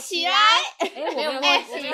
起来！ 我没有默契。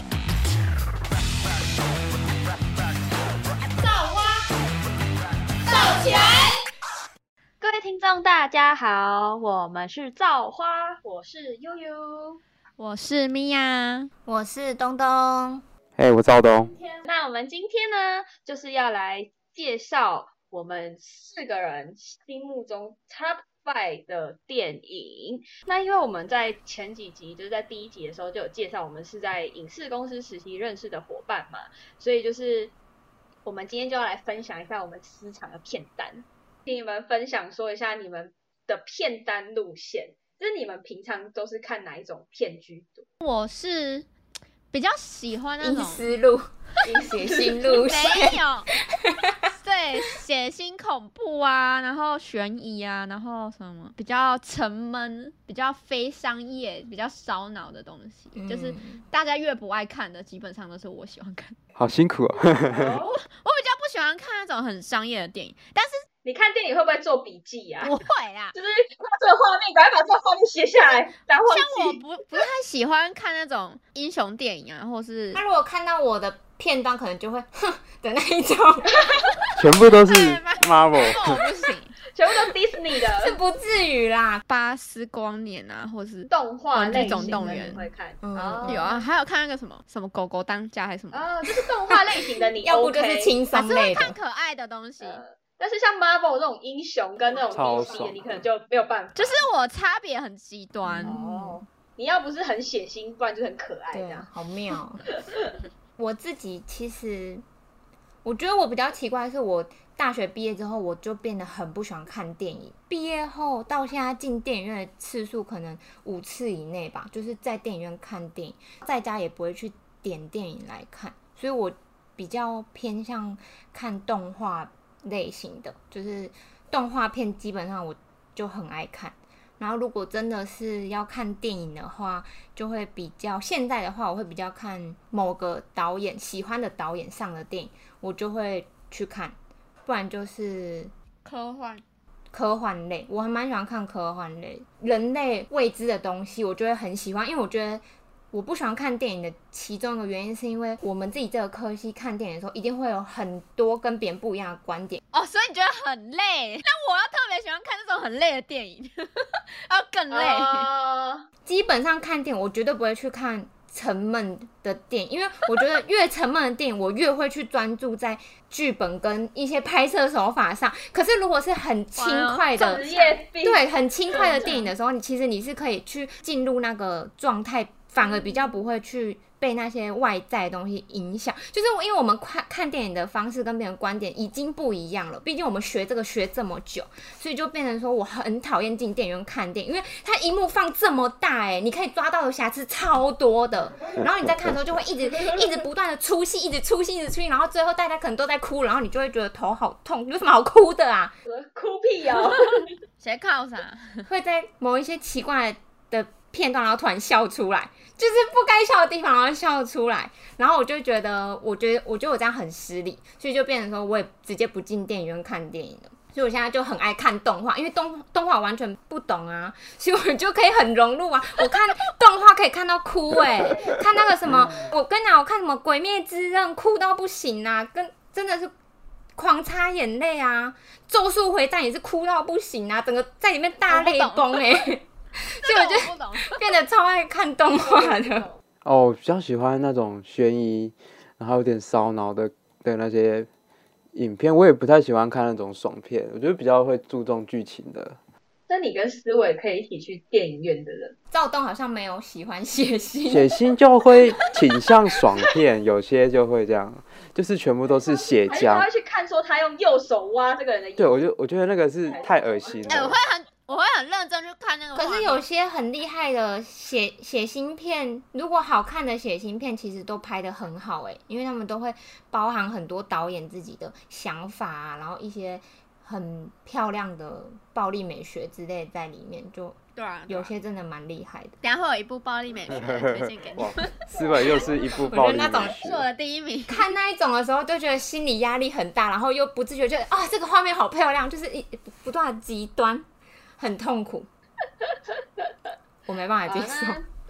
造花，造起来！ 各位听众，大家好，我们是造花，我是悠悠， 我是米娅， 我是东东。 我赵东。 那我们今天呢，就是要来介绍我们4个人心目中 Top 5的电影。那因为我们在前几集，就是在第1集的时候就有介绍，我们是在影视公司实习认识的伙伴嘛，所以就是我们今天就要来分享一下我们私藏的片单，听你们分享说一下你们的片单路线，就是你们平常都是看哪一种片居多？ 我是比较喜欢那种思路、血腥路线， 没有，对，血腥恐怖啊，然后悬疑啊，然后什么比较沉闷、比较非商业、比较烧脑的东西，就是大家越不爱看的，基本上都是我喜欢看。 好辛苦哦。 我比较不喜欢看那种很商业的电影，但是你看电影会不会做笔记啊？ 不会啦， 就是看这个画面，赶快把这个画面写下来，然后像我不太喜欢看那种英雄电影啊，或是他如果看到我的片段，可能就会哼的那一种， 全部都是 Marvel， 我不行， 全部都是 Disney 的， 是不至于啦。 巴斯光年啊，或是动画类型的玩具总动员你会看， 有啊，还有看那个什么狗狗当家还是什么， 就是动画类型的你 OK， 要不就是轻还是会松类的看。可爱的东西。 但是像 Marvel 这种英雄跟那种超 DC 的， 爽你可能就没有办法。 就是我差别很极端， 你要不是很血腥，不然就很可爱这样对啊。，好妙。我自己其实，我觉得我比较奇怪的是，我大学毕业之后，我就变得很不喜欢看电影。毕业后到现在进电影院的次数可能5次以内吧，就是在电影院看电影，在家也不会去点电影来看，所以我比较偏向看动画类型的，就是动画片基本上我就很爱看。然后如果真的是要看电影的话，就会比较现在的话，我会比较看某个导演喜欢的导演上的电影，我就会去看，不然就是科幻类，我还蛮喜欢看科幻类，人类未知的东西，我就会很喜欢，因为我觉得我不喜欢看电影的其中一个原因，是因为我们自己这个科系看电影的时候，一定会有很多跟别人不一样的观点。 哦，所以你觉得很累？那我要特别喜欢看这种很累的电影，要更累。 基本上看电影，我绝对不会去看沉闷的电影，因为我觉得越沉闷的电影，我越会去专注在剧本跟一些拍摄手法上。可是如果是很轻快的，对，很轻快的电影的时候，其实你是可以去进入那个状态，反而比较不会去被那些外在的东西影响。就是因为我们看电影的方式跟别人观点已经不一样了，毕竟我们学这个学这么久，所以就变成说我很讨厌进电影院看电影，因为它萤幕放这么大，你可以抓到的瑕疵超多的，然后你在看的时候就会一直不断的出戏，一直出戏，然后最后大家可能都在哭，然后你就会觉得头好痛，有什么好哭的啊？ 哭屁哦！ 谁靠啥？ 会在某一些奇怪的片段，然后突然笑出来，就是不该笑的地方，然后笑出来，然后我就觉得，我觉得我这样很失礼，所以就变成说，我也直接不进电影院看电影了。所以我现在就很爱看动画，因为动画我完全不懂啊，所以我就可以很融入啊。我看动画可以看到哭看那个什么，我跟你讲，我看什么《鬼灭之刃》哭到不行啊，真的是狂擦眼泪啊，《咒术回战》也是哭到不行啊，整个在里面大泪崩所以我就变得超爱看动画的。 我比较喜欢那种悬疑，然后有点烧脑的那些影片，我也不太喜欢看那种爽片，我觉得比较会注重剧情的。 那你跟思伟可以一起去电影院的人， 赵东好像没有喜欢血腥， 血腥就会倾向爽片，有些就会这样，就是全部都是血浆。 他会去看说他用右手挖这个人的眼， 对，我觉得那个是太恶心了。 我会很认真去看那个画面。 可是有些很厉害的血腥片，如果好看的血腥片，其实都拍得很好因为他们都会包含很多导演自己的想法啊，然后一些很漂亮的暴力美学之类在里面，就对啊， 有些真的蛮厉害的。 等一下会有一部暴力美学推荐给你。 思维又是一部暴力美学， 是我的第1名。 看那一种的时候，就觉得心理压力很大，然后又不自觉觉得这个画面好漂亮，就是不断的极端，很痛苦。我没办法接受。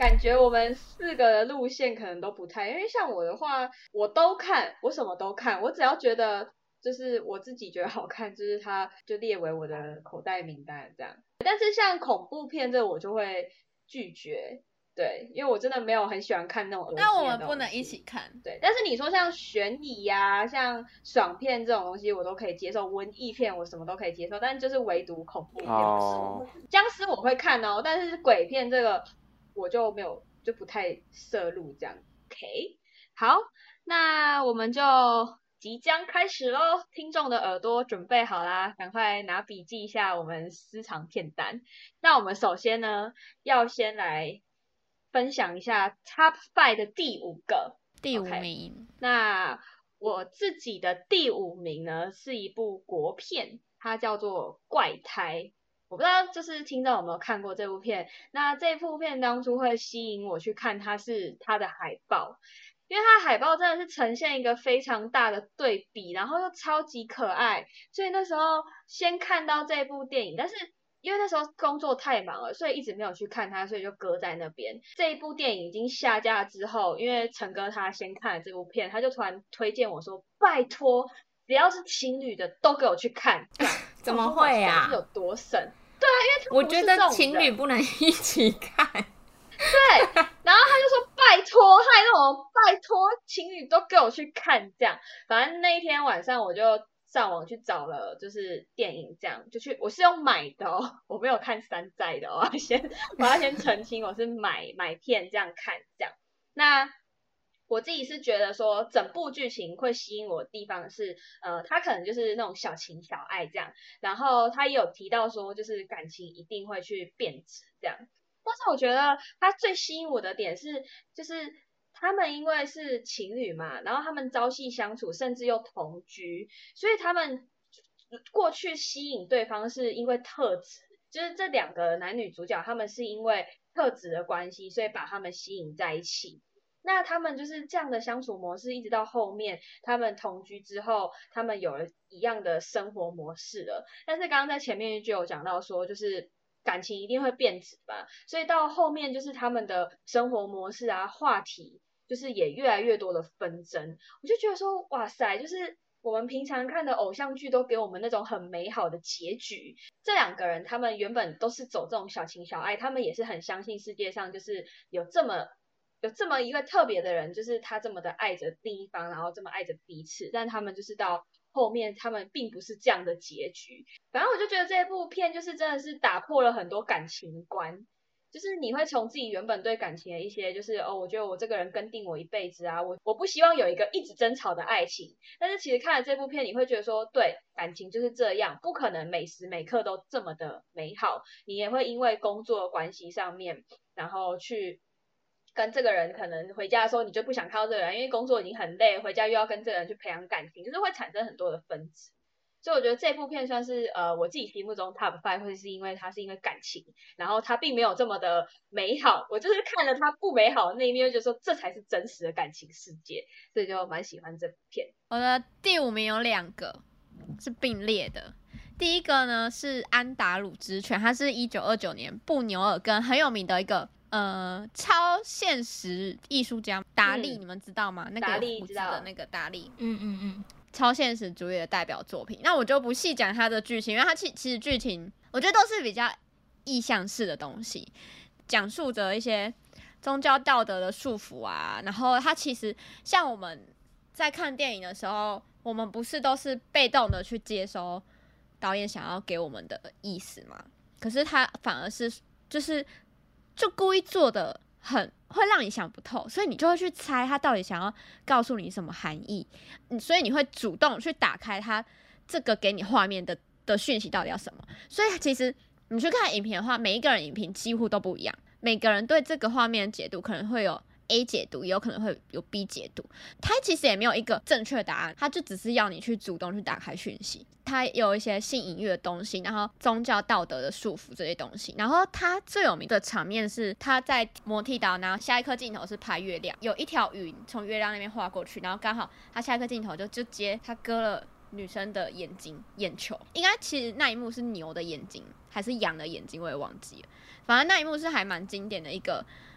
感觉我们4个的路线可能都不太，因为像我的话，我都看，我什么都看，我只要觉得就是我自己觉得好看，就是它就列为我的口袋名单这样。但是像恐怖片这我就会拒绝，对，因为我真的没有很喜欢看那种恶心的东西。 那我们不能一起看。 对，但是你说像悬疑呀、像爽片这种东西，我都可以接受，文艺片我什么都可以接受，但就是唯独恐怖片不哦， 僵尸我会看哦，但是鬼片这个我就没有，就不太涉入这样。OK， 好，那我们就即将开始咯，听众的耳朵准备好啦，赶快拿笔记一下我们私藏片单。那我们首先呢，要先来分享一下 Top 5的第5个。 第5 OK 名， 那我自己的第5名呢，是一部国片，它叫做《怪胎》。我不知道就是听众有没有看过这部片。那这部片当初会吸引我去看，它是它的海报，因为它的海报真的是呈现一个非常大的对比，然后又超级可爱，所以那时候先看到这部电影，但是因为那时候工作太忙了，所以一直没有去看它，所以就搁在那边。这一部电影已经下架之后，因为陈哥他先看了这部片，他就突然推荐我说：“拜托，只要是情侣的都给我去看。” 怎么会啊？ 是有多省？ 我觉得情侣不能一起看。 对，然后他就说拜托，他还那种拜托情侣都给我去看这样。反正那一天晚上我就上网去找了，就是电影这样，就去，我是用买的哦，我没有看山寨的哦，我要先澄清，我是买片这样看这样。那我自己是觉得说，整部剧情会吸引我的地方是，它可能就是那种小情小爱这样，然后他也有提到说，就是感情一定会去变质这样。但是我觉得他最吸引我的点是，就是他们因为是情侣嘛，然后他们朝夕相处，甚至又同居，所以他们过去吸引对方是因为特质，就是这2个男女主角他们是因为特质的关系，所以把他们吸引在一起。那他们就是这样的相处模式，一直到后面他们同居之后，他们有了一样的生活模式了。但是刚刚在前面就有讲到说，就是感情一定会变质吧，所以到后面就是他们的生活模式啊，话题就是也越来越多的纷争。我就觉得说，哇塞，就是我们平常看的偶像剧都给我们那种很美好的结局。这2个人他们原本都是走这种小情小爱，他们也是很相信世界上就是有这么一个特别的人，就是他这么的爱着另一方，然后这么爱着彼此，但他们就是到后面他们并不是这样的结局。反正我就觉得这部片就是真的是打破了很多感情观，就是你会从自己原本对感情的一些就是我觉得我这个人跟定我一辈子啊，我不希望有一个一直争吵的爱情，但是其实看了这部片你会觉得说，对，感情就是这样，不可能每时每刻都这么的美好，你也会因为工作关系上面，然后去跟这个人可能回家的时候你就不想看到这个人，因为工作已经很累，回家又要跟这个人去培养感情，就是会产生很多的分支。所以我觉得这部片算是我自己心目中 Top 5， 会是因为它是因为感情，然后它并没有这么的美好，我就是看了它不美好的那一面，就觉得说这才是真实的感情世界，所以就蛮喜欢这部片。 我的第5名有2个是并列的。第一个呢是安达鲁之犬，它是1929年布纽尔根很有名的一个超现实艺术家达利，你们知道吗？那个有胡子的那个达利，超现实主义的代表作品。那我就不细讲它的剧情，因为它其实剧情我觉得都是比较意象式的东西，讲述着一些宗教道德的束缚啊。然后它其实像我们在看电影的时候，我们不是都是被动的去接收导演想要给我们的意思嘛？可是他反而是就故意做的很会让你想不透，所以你就会去猜他到底想要告诉你什么含义，所以你会主动去打开他这个给你画面的讯息到底要什么。所以其实你去看影评的话，每一个人影评几乎都不一样，每个人对这个画面的解读可能会有 A 解读，也有可能会有 B 解读，它其实也没有一个正确答案，它就只是要你去主动去打开讯息。它有一些性隐喻的东西，然后宗教道德的束缚这些东西。然后它最有名的场面是他在摩剃岛，然后下一颗镜头是拍月亮，有一条云从月亮那边划过去，然后刚好他下一颗镜头就接他割了女生的眼球，应该其实那一幕是牛的眼睛还是羊的眼睛，我也忘记了。反正那一幕是还蛮经典的一个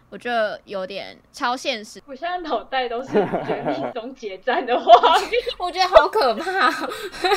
我觉得有点超现实。 我现在脑袋都是绝命终结战的画面， 我觉得好可怕、哦。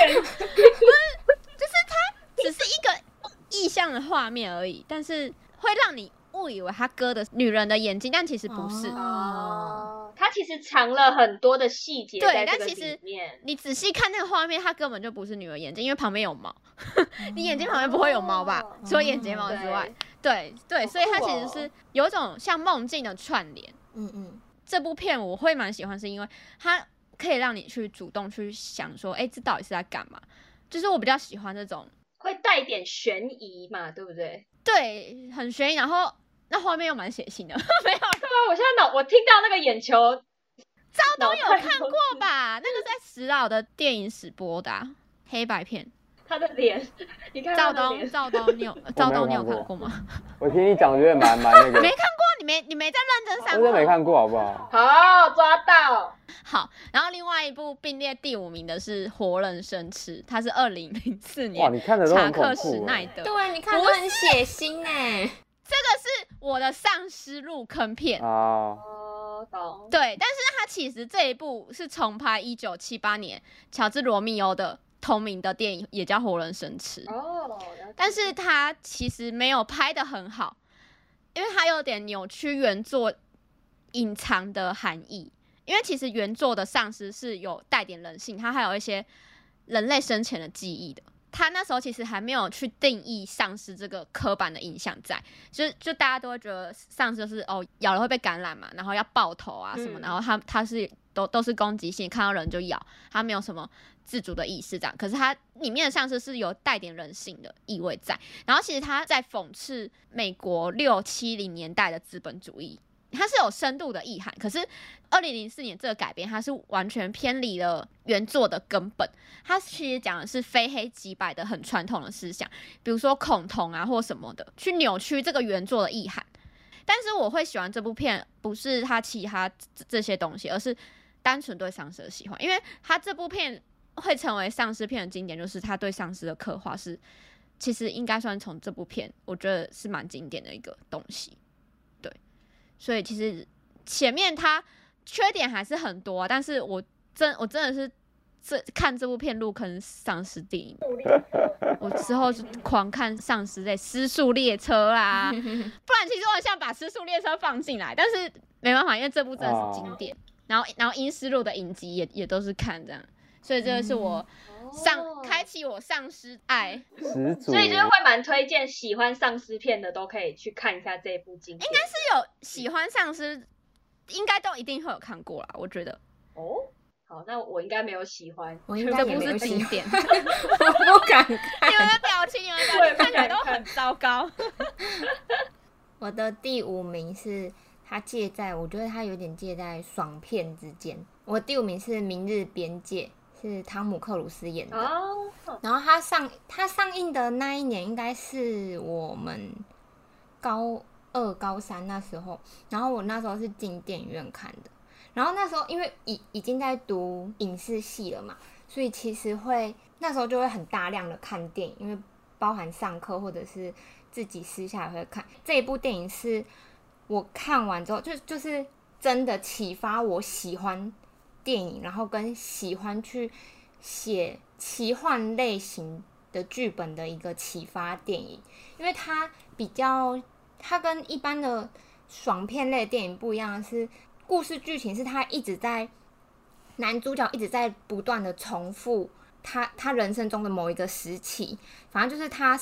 只是一个意象的画面而已，但是会让你误以为他割的女人的眼睛，但其实不是。 哦，它其实藏了很多的细节在这个但其实里面。 你仔细看那个画面，它根本就不是女人眼睛，因为旁边有毛。你眼睛旁边不会有毛吧？除了眼睫毛之外，对，所以它其实是有一种像梦境的串联。这部片我会蛮喜欢，是因为它可以让你去主动去想说，这到底是在干嘛？就是我比较喜欢这种会带点悬疑嘛，对不对？ 对，很悬疑，然后那画面又蛮血腥的。没有， 对啊，我现在我听到那个眼球， 赵东有看过吧？那个在石老的电影史播的、黑白片。 他的脸，你看赵他的脸。 东，你有看过吗？ 我听你讲，我觉得蛮那个。 没看过，你没在认真上课。 我真的没看过，好不好？ 好，抓到。 好，然后另外一部并列第5名的是《活人生吃》，它是2004年。 哇，你看的都很恐怖。 查克史奈德。 对，你看都很血腥哎。 这个是我的丧尸入坑片。 哦，懂。 对，但是它其实这一部是重拍1978年乔治罗密欧的同名的电影，也叫《活人生吃》。 哦， 但是它其实没有拍得很好，因为它有点扭曲原作隐藏的含义。因为其实原作的丧尸是有带点人性，它还有一些人类生前的记忆的。他那时候其实还没有去定义丧尸这个刻板的印象在，就大家都会觉得丧尸就是咬了会被感染嘛，然后要爆头啊什么，然后他是都是攻击性，看到人就咬，他没有什么自主的意识这样。可是他里面的丧尸是有带点人性的意味在，然后其实他在讽刺美国60、70年代的资本主义。它是有深度的意涵，可是2004年这个改编，它是完全偏离了原作的根本。它其实讲的是非黑即白的很传统的思想，比如说恐同啊或什么的，去扭曲这个原作的意涵。但是我会喜欢这部片，不是它其他这些东西，而是单纯对丧尸的喜欢。因为它这部片会成为丧尸片的经典，就是它对丧尸的刻画是，其实应该算从这部片，我觉得是蛮经典的一个东西。所以其实前面它缺点还是很多、但是我真的是看这部片入坑丧尸电影，我之后就狂看丧尸类失速列车啦，不然其实我很想把失速列车放进来，但是没办法，因为这部真的是经典。然后阴尸路的影集也都是看这样，所以这个是我开启我丧尸爱始祖， 所以就是会蛮推荐喜欢丧尸片的都可以去看一下这部经典。 应该是有喜欢丧尸，应该都一定会有看过啦，我觉得。 哦，好，那我应该没有喜欢， 我应该也没有这部是经典。 我不敢看。 你们的表情，看起来都很糟糕。 我的第5名是它我觉得它有点介在爽片之间。我第5名是《明日边界》。是汤姆克鲁斯演的，然后它上映的那一年应该是我们高2、高3那时候，然后我那时候是进电影院看的，然后那时候因为已经在读影视系了嘛，所以其实那时候就会很大量的看电影，因为包含上课或者是自己私下也会看。这一部电影是我看完之后就是真的启发我喜欢电影，然后跟喜欢去写奇幻类型的剧本的一个启发电影。因为它跟一般的爽片类的电影不一样的是，故事剧情是男主角一直在不断的重复他人生中的某一个时期，反正就是他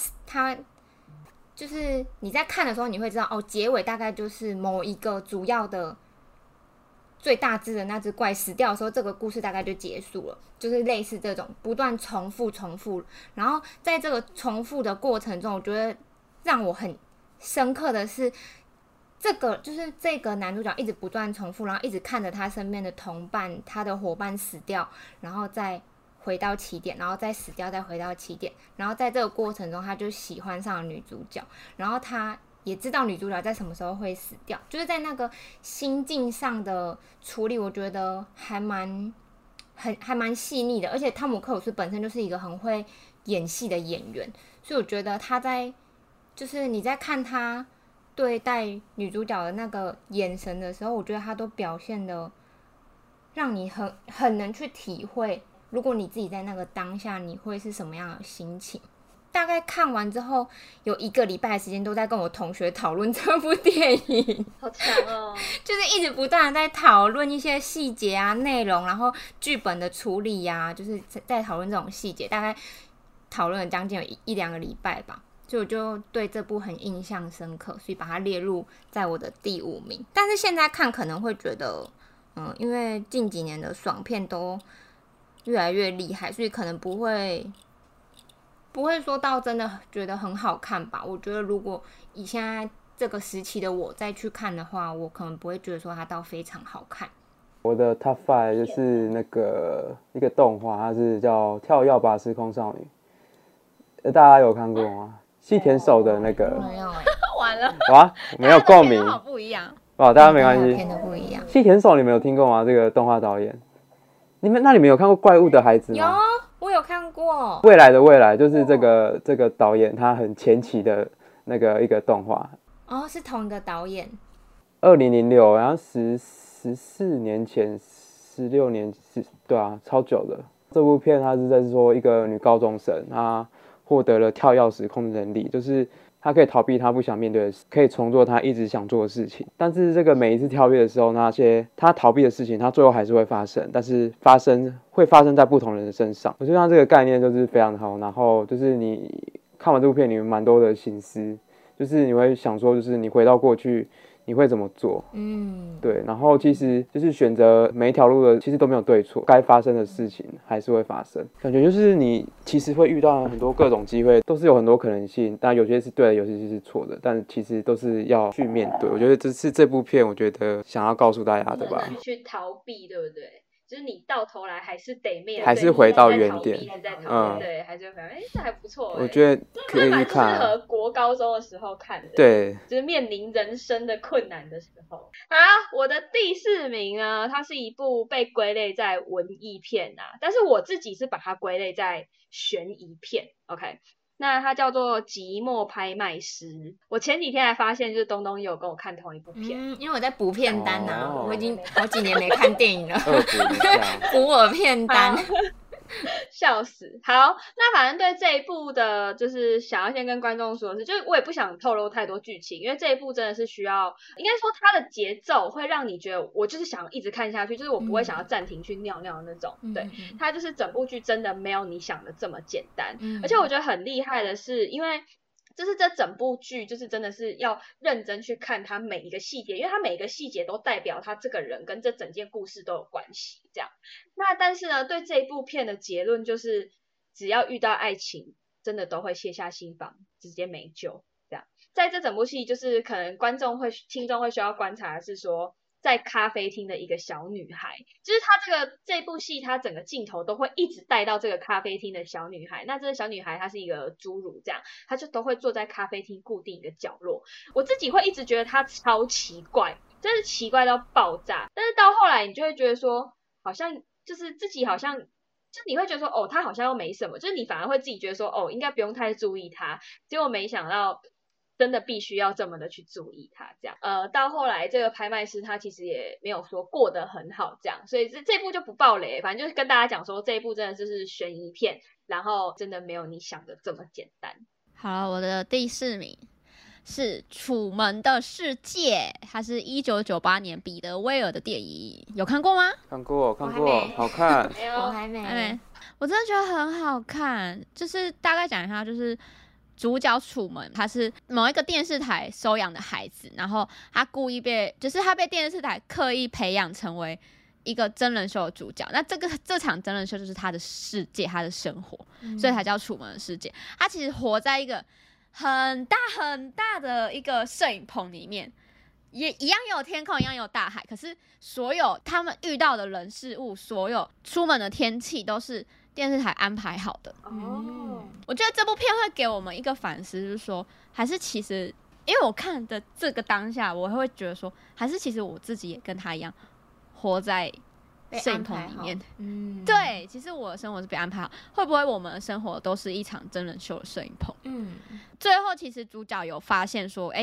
就是你在看的时候你会知道结尾大概就是某一个主要的最大只的那只怪死掉的时候，这个故事大概就结束了，就是类似这种不断重复，然后在这个重复的过程中，我觉得让我很深刻的是，这个男主角一直不断重复，然后一直看着他身边的同伴、他的伙伴死掉，然后再回到起点，然后再死掉，再回到起点，然后在这个过程中，他就喜欢上了女主角，然后他也知道女主角在什么时候会死掉，就是在那个心境上的处理，我觉得还蛮细腻的。而且汤姆克鲁斯本身就是一个很会演戏的演员，所以我觉得他就是你在看他对待女主角的那个眼神的时候，我觉得他都表现的让你很能去体会，如果你自己在那个当下，你会是什么样的心情。大概看完之后，有1个礼拜的时间都在跟我同学讨论这部电影， 好强哦！ 就是一直不断的在讨论一些细节啊、内容，然后剧本的处理呀、就是在讨论这种细节，大概讨论了将近有1-2个礼拜吧。所以我就对这部很印象深刻，所以把它列入在我的第5名。但是现在看可能会觉得，因为近几年的爽片都越来越厉害，所以可能不会说到真的觉得很好看吧。我觉得如果以现在这个时期的我再去看的话，我可能不会觉得说它到非常好看。 我的 Top 5就是那个一个动画，它是叫《跳跃吧时空少女》，大家有看过吗？细田守的那个， 没有完了， 哇，没有共鸣， 好不一样。 哦，大家没关系。 片的不一样。 细田守你们有听过吗？这个动画导演，你们有看过《怪物的孩子》吗？ 有，我有看过。 未来的未来就是这个导演他很前期的那个一个动画。 哦，是同一个导演。 2006，然后14年前，16年，对啊，超久的。这部片它是在说一个女高中生，她获得了跳跃时空的能力，就是她可以逃避她不想面对的事，可以重做她一直想做的事情。但是这个每一次跳跃的时候，那些她逃避的事情，她最后还是会发生，但是会发生在不同人的身上。我觉得它这个概念就是非常好，然后就是你看完这部片，你有蛮多的心思，就是你会想说，就是你回到过去。你会怎么做？对，然后其实就是选择每一条路的，其实都没有对错，该发生的事情还是会发生。感觉就是你其实会遇到很多各种机会，都是有很多可能性，但有些是对的，有些是错的，但其实都是要去面对。我觉得这是这部片，我觉得想要告诉大家的吧。 去逃避，对不对？就是你到头来还是得面对， 还是回到原点， 对，还是回这还不错。 我觉得可以去看， 适合国高中的时候看的， 对， 就是面临人生的困难的时候。好，我的第4名呢，它是一部被归类在文艺片啊，但是我自己是把它归类在悬疑片。OK。那它叫做《寂寞拍卖师》。我前几天还发现，就是东东有跟我看同一部片， 因为我在补片单啊，我已经好几年没看电影了，补我片单。 笑死。好，那反正对这一部的，就是想要先跟观众说的是，就是我也不想透露太多剧情，因为这一部真的是需要，应该说它的节奏会让你觉得我就是想一直看下去，就是我不会想要暂停去尿尿的那种。对，它就是整部剧真的没有你想的这么简单，而且我觉得很厉害的是，因为就是这整部剧就是真的是要认真去看它每一个细节，因为它每一个细节都代表他这个人跟这整件故事都有关系这样。那但是呢，对这一部片的结论就是，只要遇到爱情，真的都会卸下心防，直接没救这样。在这整部戏，就是可能听众会需要观察的是说，在咖啡厅的一个小女孩，就是她这部戏，她整个镜头都会一直带到这个咖啡厅的小女孩。那这个小女孩她是一个侏儒，这样，她就都会坐在咖啡厅固定一个角落。我自己会一直觉得她超奇怪，真是奇怪到爆炸。但是到后来，你就会觉得说，好像就是自己好像。就你会觉得说，哦，她好像又没什么，就是你反而会自己觉得说，哦，应该不用太注意她。结果没想到。真的必须要这么的去注意他这样，到后来这个拍卖师他其实也没有说过得很好这样，所以这部就不爆雷，反正就是跟大家讲说这一部真的就是悬疑片，然后真的没有你想的这么简单。 好，我的第4名是《楚门的世界》，它是1998年彼得威尔的电影，有看过吗？ 看过，好看。 我还没， 我真的觉得很好看，就是大概讲一下，就是主角楚门，他是某一个电视台收养的孩子，然后他故意他被电视台刻意培养成为一个真人秀的主角。那这场真人秀就是他的世界，他的生活，所以才叫楚门的世界。他其实活在一个很大很大的一个摄影棚里面，也一样有天空，一样有大海，可是所有他们遇到的人事物，所有出门的天气都是电视台安排好的。我觉得这部片会给我们一个反思，就是说，还是其实，因为我看的这个当下，我会觉得说，还是其实我自己也跟他一样，活在摄影棚里面。对，其实我的生活是被安排好，会不会我们的生活都是一场真人秀的摄影棚？最后其实主角有发现说，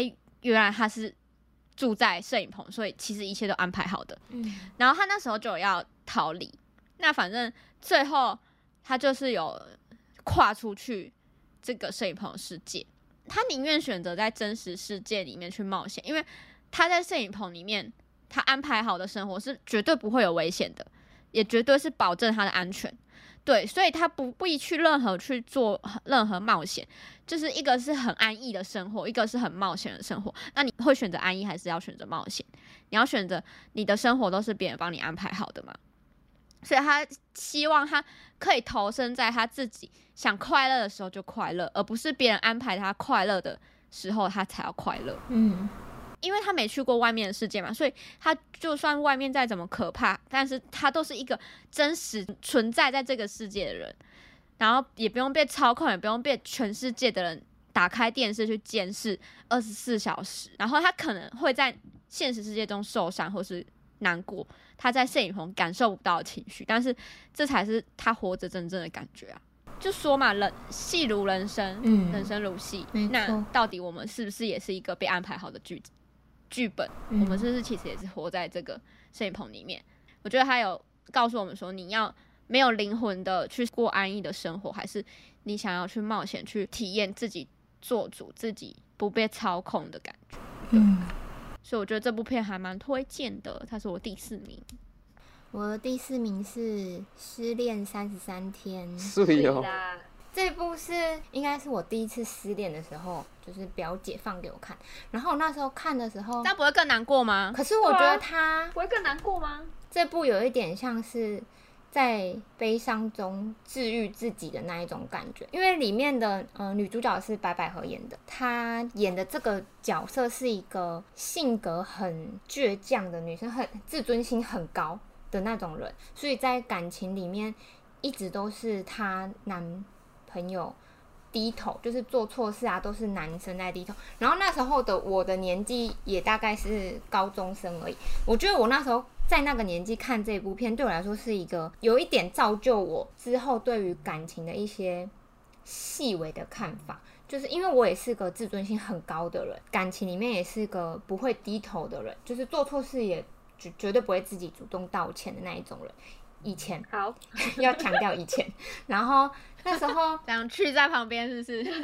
原来他是住在摄影棚，所以其实一切都安排好的。然后他那时候就有要逃离，那反正最后他就是有跨出去这个摄影棚的世界，他宁愿选择在真实世界里面去冒险，因为他在摄影棚里面，他安排好的生活是绝对不会有危险的，也绝对是保证他的安全。对，所以他不必去做任何冒险，就是一个是很安逸的生活，一个是很冒险的生活。那你会选择安逸，还是要选择冒险？你要选择你的生活都是别人帮你安排好的嘛？所以他希望他可以投身在他自己想快乐的时候就快乐，而不是别人安排他快乐的时候他才要快乐。因为他没去过外面的世界嘛，所以他就算外面再怎么可怕，但是他都是一个真实存在在这个世界的人，然后也不用被操控，也不用被全世界的人打开电视去监视24小时。然后他可能会在现实世界中受伤或是难过，他在摄影棚感受不到的情绪，但是这才是他活着真正的感觉啊。就说嘛，戏如人生，人生如戏，那到底我们是不是也是一个被安排好的剧本？我们是不是其实也是活在这个摄影棚里面？我觉得他有告诉我们说，你要没有灵魂的去过安逸的生活，还是你想要去冒险，去体验自己做主，自己不被操控的感觉。所以我觉得这部片还蛮推荐的，它是我第4名。 我的第4名是《失恋33天》。 是哦， 这部是应该是我第一次失恋的时候，就是表姐放给我看，然后我那时候看的时候， 那不会更难过吗？ 可是我觉得它不会更难过吗？ 这部有一点像是在悲伤中治愈自己的那一种感觉，因为里面的女主角是白百合演的，她演的这个角色是一个性格很倔强的女生，很自尊心很高的那种人，所以在感情里面一直都是她男朋友低头，就是做错事啊都是男生在低头。然后那时候的我的年纪也大概是高中生而已，我觉得我那时候在那个年纪看这部片对我来说是一个有一点造就我之后对于感情的一些细微的看法，就是因为我也是个自尊心很高的人，感情里面也是个不会低头的人，就是做错事也绝对不会自己主动道歉的那一种人。以前好要强调以前，然后那时候这样去在旁边是不是？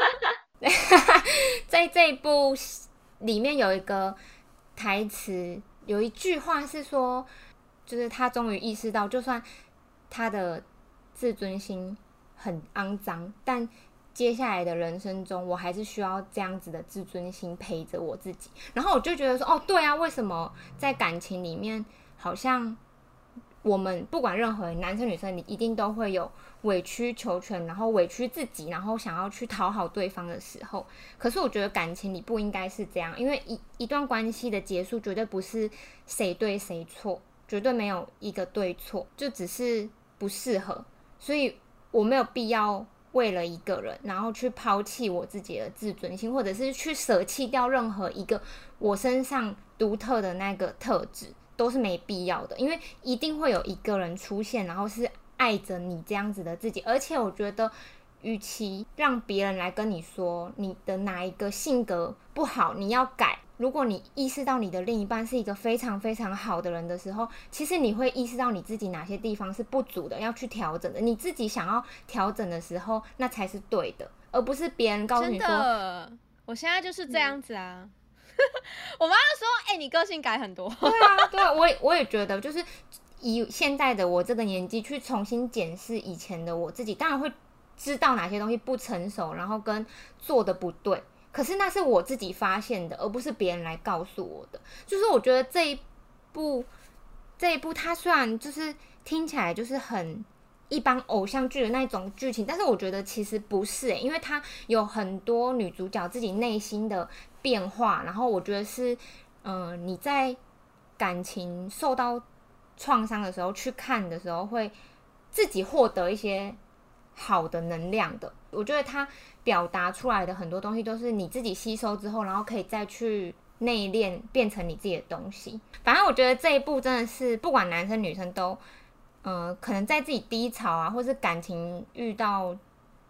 在这一部里面有一个台词，有一句话是说，就是他终于意识到，就算他的自尊心很肮脏，但接下来的人生中，我还是需要这样子的自尊心陪着我自己。然后我就觉得说，哦，对啊，为什么在感情里面，好像我们不管任何人，男生女生，你一定都会有委曲求全，然后委屈自己，然后想要去讨好对方的时候。可是我觉得感情里不应该是这样，因为一段关系的结束绝对不是谁对谁错，绝对没有一个对错，就只是不适合。所以我没有必要为了一个人，然后去抛弃我自己的自尊心，或者是去舍弃掉任何一个我身上独特的那个特质，都是没必要的。因为一定会有一个人出现，然后是爱着你这样子的自己。而且我觉得与其让别人来跟你说你的哪一个性格不好你要改，如果你意识到你的另一半是一个非常非常好的人的时候，其实你会意识到你自己哪些地方是不足的，要去调整的。你自己想要调整的时候，那才是对的，而不是别人告诉你说。 真的，我现在就是这样子啊。我妈就说：“你个性改很多。” 对啊，对啊，我也觉得，就是以现在的我这个年纪去重新检视以前的我自己，当然会知道哪些东西不成熟，然后跟做的不对。可是那是我自己发现的，而不是别人来告诉我的。就是我觉得这一部它虽然就是听起来就是很一般偶像剧的那种剧情，但是我觉得其实不是因为它有很多女主角自己内心的变化，然后我觉得是你在感情受到创伤的时候去看的时候，会自己获得一些好的能量的。我觉得它表达出来的很多东西都是你自己吸收之后，然后可以再去内敛变成你自己的东西。反正我觉得这一部真的是不管男生女生都可能在自己低潮啊，或是感情遇到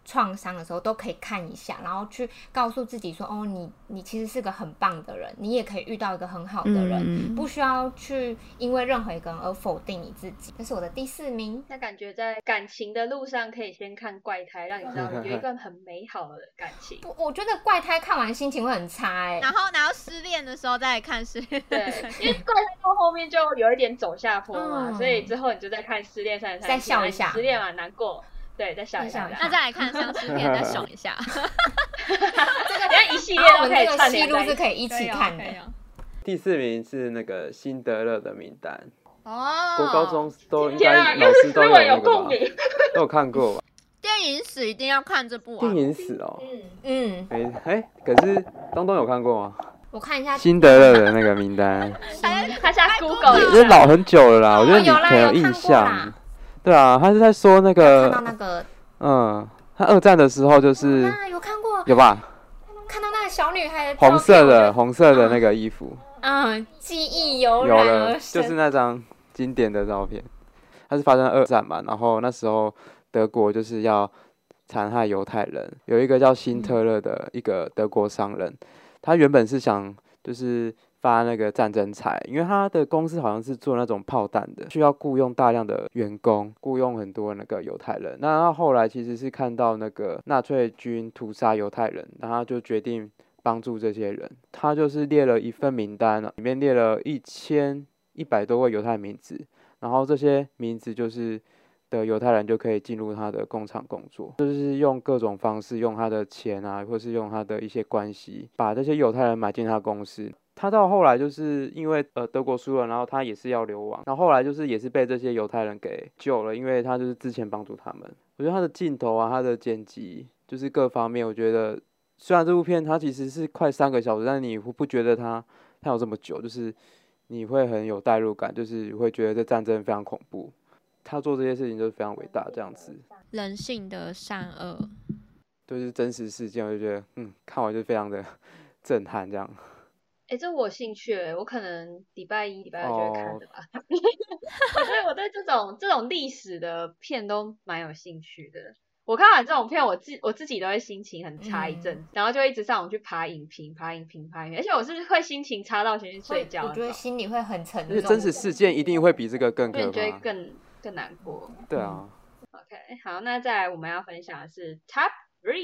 创伤的时候都可以看一下，然后去告诉自己说，哦，你其实是个很棒的人，你也可以遇到一个很好的人，不需要去因为任何一个人而否定你自己。这是我的第4名。 那感觉在感情的路上可以先看怪胎，让你知道有一段很美好的感情。 我觉得怪胎看完心情会很差然后失恋的时候再来看失恋， 对，因为怪胎到后面就有一点走下坡嘛，所以之后你就再看失恋3再笑一下， 失恋嘛难过。对，再笑一下。 那再来看相思片，再爽一下。 这个一系列都可以串联在一起， 戏路是可以一起看的。 第4名是那个辛德勒的名单。 哦， 国高中都应该老师都有那个吧，都有看过吧？ 电影史一定要看这部啊！ 电影史哦，可是东有看过吗？ 我看一下辛德勒的那个名单， 他下 Google 因为老很久了啦，我觉得你可能有印象。对啊，他是在说那个， 看到那个， 他2战的时候就是有看过， 有吧？ 看到那个小女孩的红色的那个衣服， 记忆油然而了，就是那张经典的照片。它是发生2战嘛，然后那时候德国就是要残害犹太人，有一个叫辛特勒的一个德国商人，他原本是想就是发那个战争财，因为他的公司好像是做那种炮弹的，需要雇佣大量的员工，雇佣很多那个犹太人。那他后来其实是看到那个纳粹军屠杀犹太人，然后他就决定帮助这些人。他就是列了一份名单，里面列了1100多位犹太名字，然后这些名字就是的犹太人就可以进入他的工厂工作，就是用各种方式，用他的钱啊，或是用他的一些关系，把这些犹太人买进他公司。他到后来就是因为德国输了，然后他也是要流亡，然后后来就是也是被这些犹太人给救了，因为他就是之前帮助他们。我觉得他的镜头啊，他的剪辑，就是各方面，我觉得虽然这部片它其实是快3个小时，但是你不觉得它有这么久，就是你会很有代入感，就是会觉得这战争非常恐怖。他做这些事情就是非常伟大，这样子。 人性的善恶， 对，就是真实事件，我就觉得看完就非常的震撼，这样。 这我兴趣我可能礼拜1、礼拜2就会看的吧。我对这种历史的片都蛮有兴趣的。我看完这种片，我自己都会心情很差一阵子，然后就一直上网去爬影评，而且我是会心情差到先去睡觉。 我觉得心里会很沉重。 而且真实事件一定会比这个更可怕， 你觉得更难过。 对啊。 OK， 好，那再来我们要分享的是 Top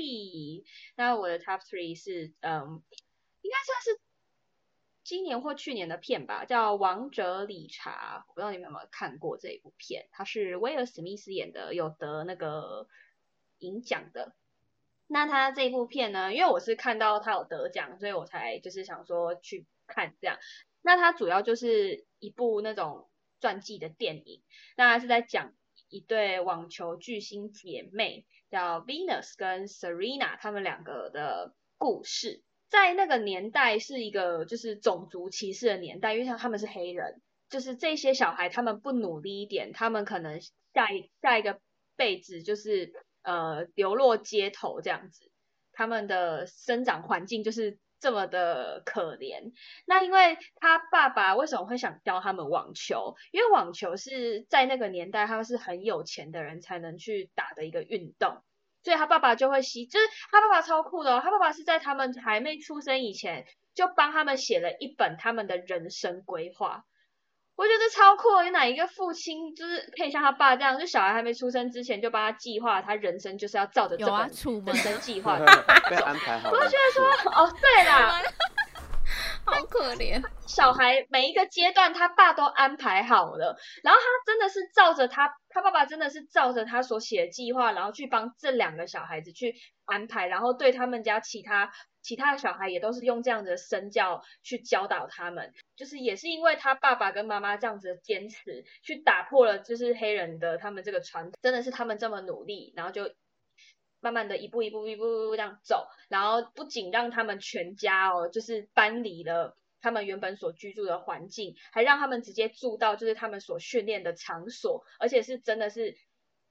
3。那我的 Top 3是应该算是今年或去年的片吧，叫《王者理查》。我不知道你们有没有看过这一部片，它是威尔史密斯演的，有得那个银奖的。那他这部片呢，因为我是看到他有得奖，所以我才就是想说去看这样。那它主要就是一部那种传记的电影，那它是在讲一对网球巨星姐妹，叫 Venus 跟 Serena， 她们2个的故事。在那个年代是一个就是种族歧视的年代，因为像他们是黑人，就是这些小孩他们不努力一点，他们可能下一个辈子就是流落街头这样子，他们的生长环境就是这么的可怜。那因为他爸爸为什么会想教他们网球？因为网球是在那个年代他们是很有钱的人才能去打的一个运动，所以他爸爸就会就是他爸爸超酷的他爸爸是在他们还没出生以前就帮他们写了一本他们的人生规划。我觉得超酷的，有哪一个父亲就是可以像他爸这样，就小孩还没出生之前就帮他计划他人生就是要照着这本人生计划被安排好。 我就觉得说对啦好可怜， 小孩每一个阶段他爸都安排好了，然后他真的是照着他爸爸真的是照着他所写的计划，然后去帮这2个小孩子去安排，然后对他们家其他的小孩也都是用这样的身教去教导他们。就是也是因为他爸爸跟妈妈这样子的坚持，去打破了就是黑人的他们这个传统，真的是他们这么努力，然后就慢慢的一步一步这样走，然后不仅让他们全家就是搬离了他们原本所居住的环境，还让他们直接住到就是他们所训练的场所，而且是真的是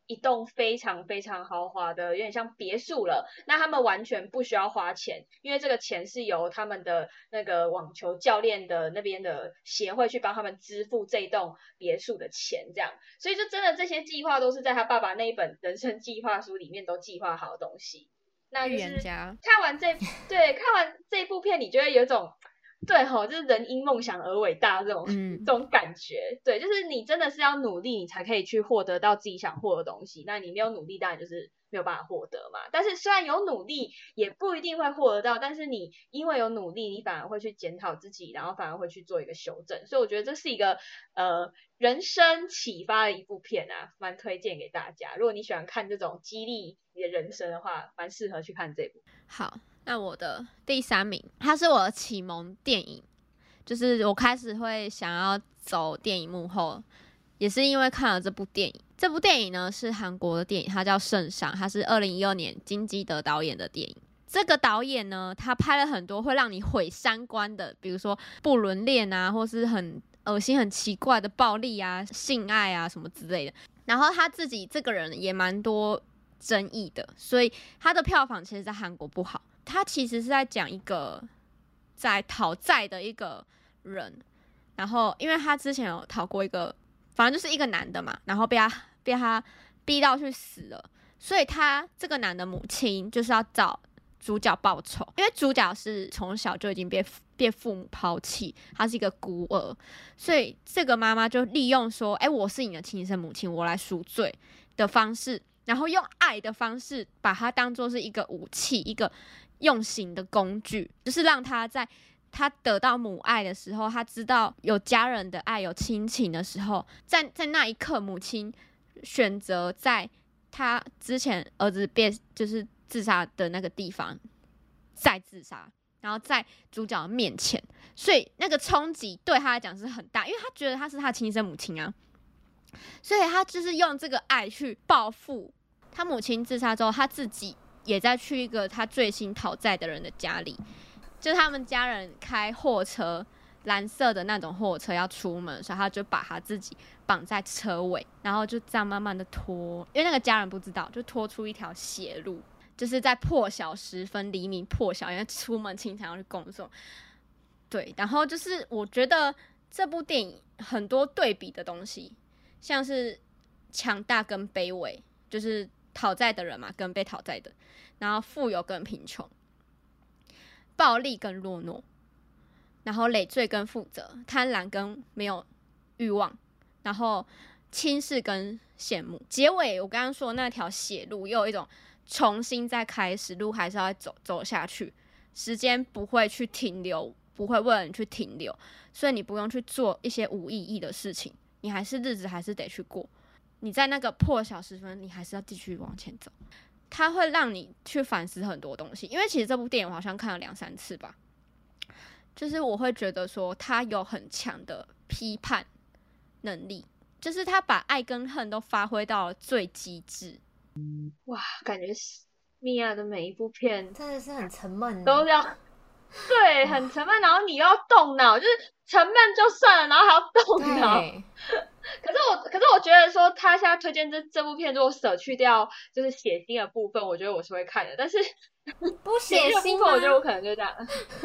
一栋非常非常豪华的，有点像别墅了。那他们完全不需要花钱，因为这个钱是由他们的那个网球教练的那边的协会去帮他们支付这栋别墅的钱，这样。所以就真的这些计划都是在他爸爸那一本人生计划书里面都计划好的东西。那就是看完这部片，你就会有一种对吼，就是人因梦想而伟大这种感觉。对，就是你真的是要努力，你才可以去获得到自己想获得的东西。那你没有努力，当然就是没有办法获得嘛。但是虽然有努力，也不一定会获得到。但是你因为有努力，你反而会去检讨自己，然后反而会去做一个修正。所以我觉得这是一个人生启发的一部片啊，蛮推荐给大家。如果你喜欢看这种激励你的人生的话，蛮适合去看这部。 好。那我的第3名，它是我的启蒙电影，就是我开始会想要走电影幕后，也是因为看了这部电影。这部电影呢是韩国的电影，它叫《圣上》，它是2012年金基德导演的电影。这个导演呢，他拍了很多会让你毁三观的，比如说不伦恋啊，或是很恶心、很奇怪的暴力啊、性爱啊什么之类的。然后他自己这个人也蛮多争议的，所以他的票房其实在韩国不好。他其实是在讲一个在讨债的一个人，然后因为他之前有讨过一个，反正就是一个男的嘛，然后被他逼到去死了，所以他这个男的母亲就是要找主角报仇，因为主角是从小就已经被父母抛弃，他是一个孤儿，所以这个妈妈就利用说，我是你的亲生母亲，我来赎罪的方式，然后用爱的方式把它当作是一个武器，一个用刑的工具，就是让他在他得到母爱的时候，他知道有家人的爱、有亲情的时候，在那一刻，母亲选择在他之前儿子就是自杀的那个地方再自杀，然后在主角的面前，所以那个冲击对他来讲是很大，因为他觉得他是他亲生母亲啊，所以他就是用这个爱去报复他母亲自杀之后，他自己也在去一个他最新讨债的人的家里，就是他们家人开货车，蓝色的那种货车要出门，所以他就把他自己绑在车尾，然后就这样慢慢的拖，因为那个家人不知道，就拖出一条血路，就是在破晓时分，黎明破晓，因为出门清晨要去工作。对，然后就是我觉得这部电影很多对比的东西，像是强大跟卑微，就是讨债的人嘛跟被讨债的，然后富有跟贫穷，暴力跟懦弱，然后累赘跟负责，贪婪跟没有欲望，然后轻视跟羡慕。结尾我刚刚说的那条血路又有一种重新再开始，路还是要走下去，时间不会去停留，不会为了你去停留，所以你不用去做一些无意义的事情，你还是日子还是得去过，你在那个破晓时分你还是要继续往前走。它会让你去反思很多东西，因为其实这部电影我好像看了2-3次吧，就是我会觉得说它有很强的批判能力，就是他把爱跟恨都发挥到了最极致。 哇，感觉米娅的每一部片真的是很沉闷， 都要对很沉闷，然后你又要动脑，就是沉闷就算了，然后还要动脑。可是我觉得说他现在推荐这部片，如果舍去掉就是血腥的部分，我觉得我是会看的。但是不血腥吗？我觉得我可能就这样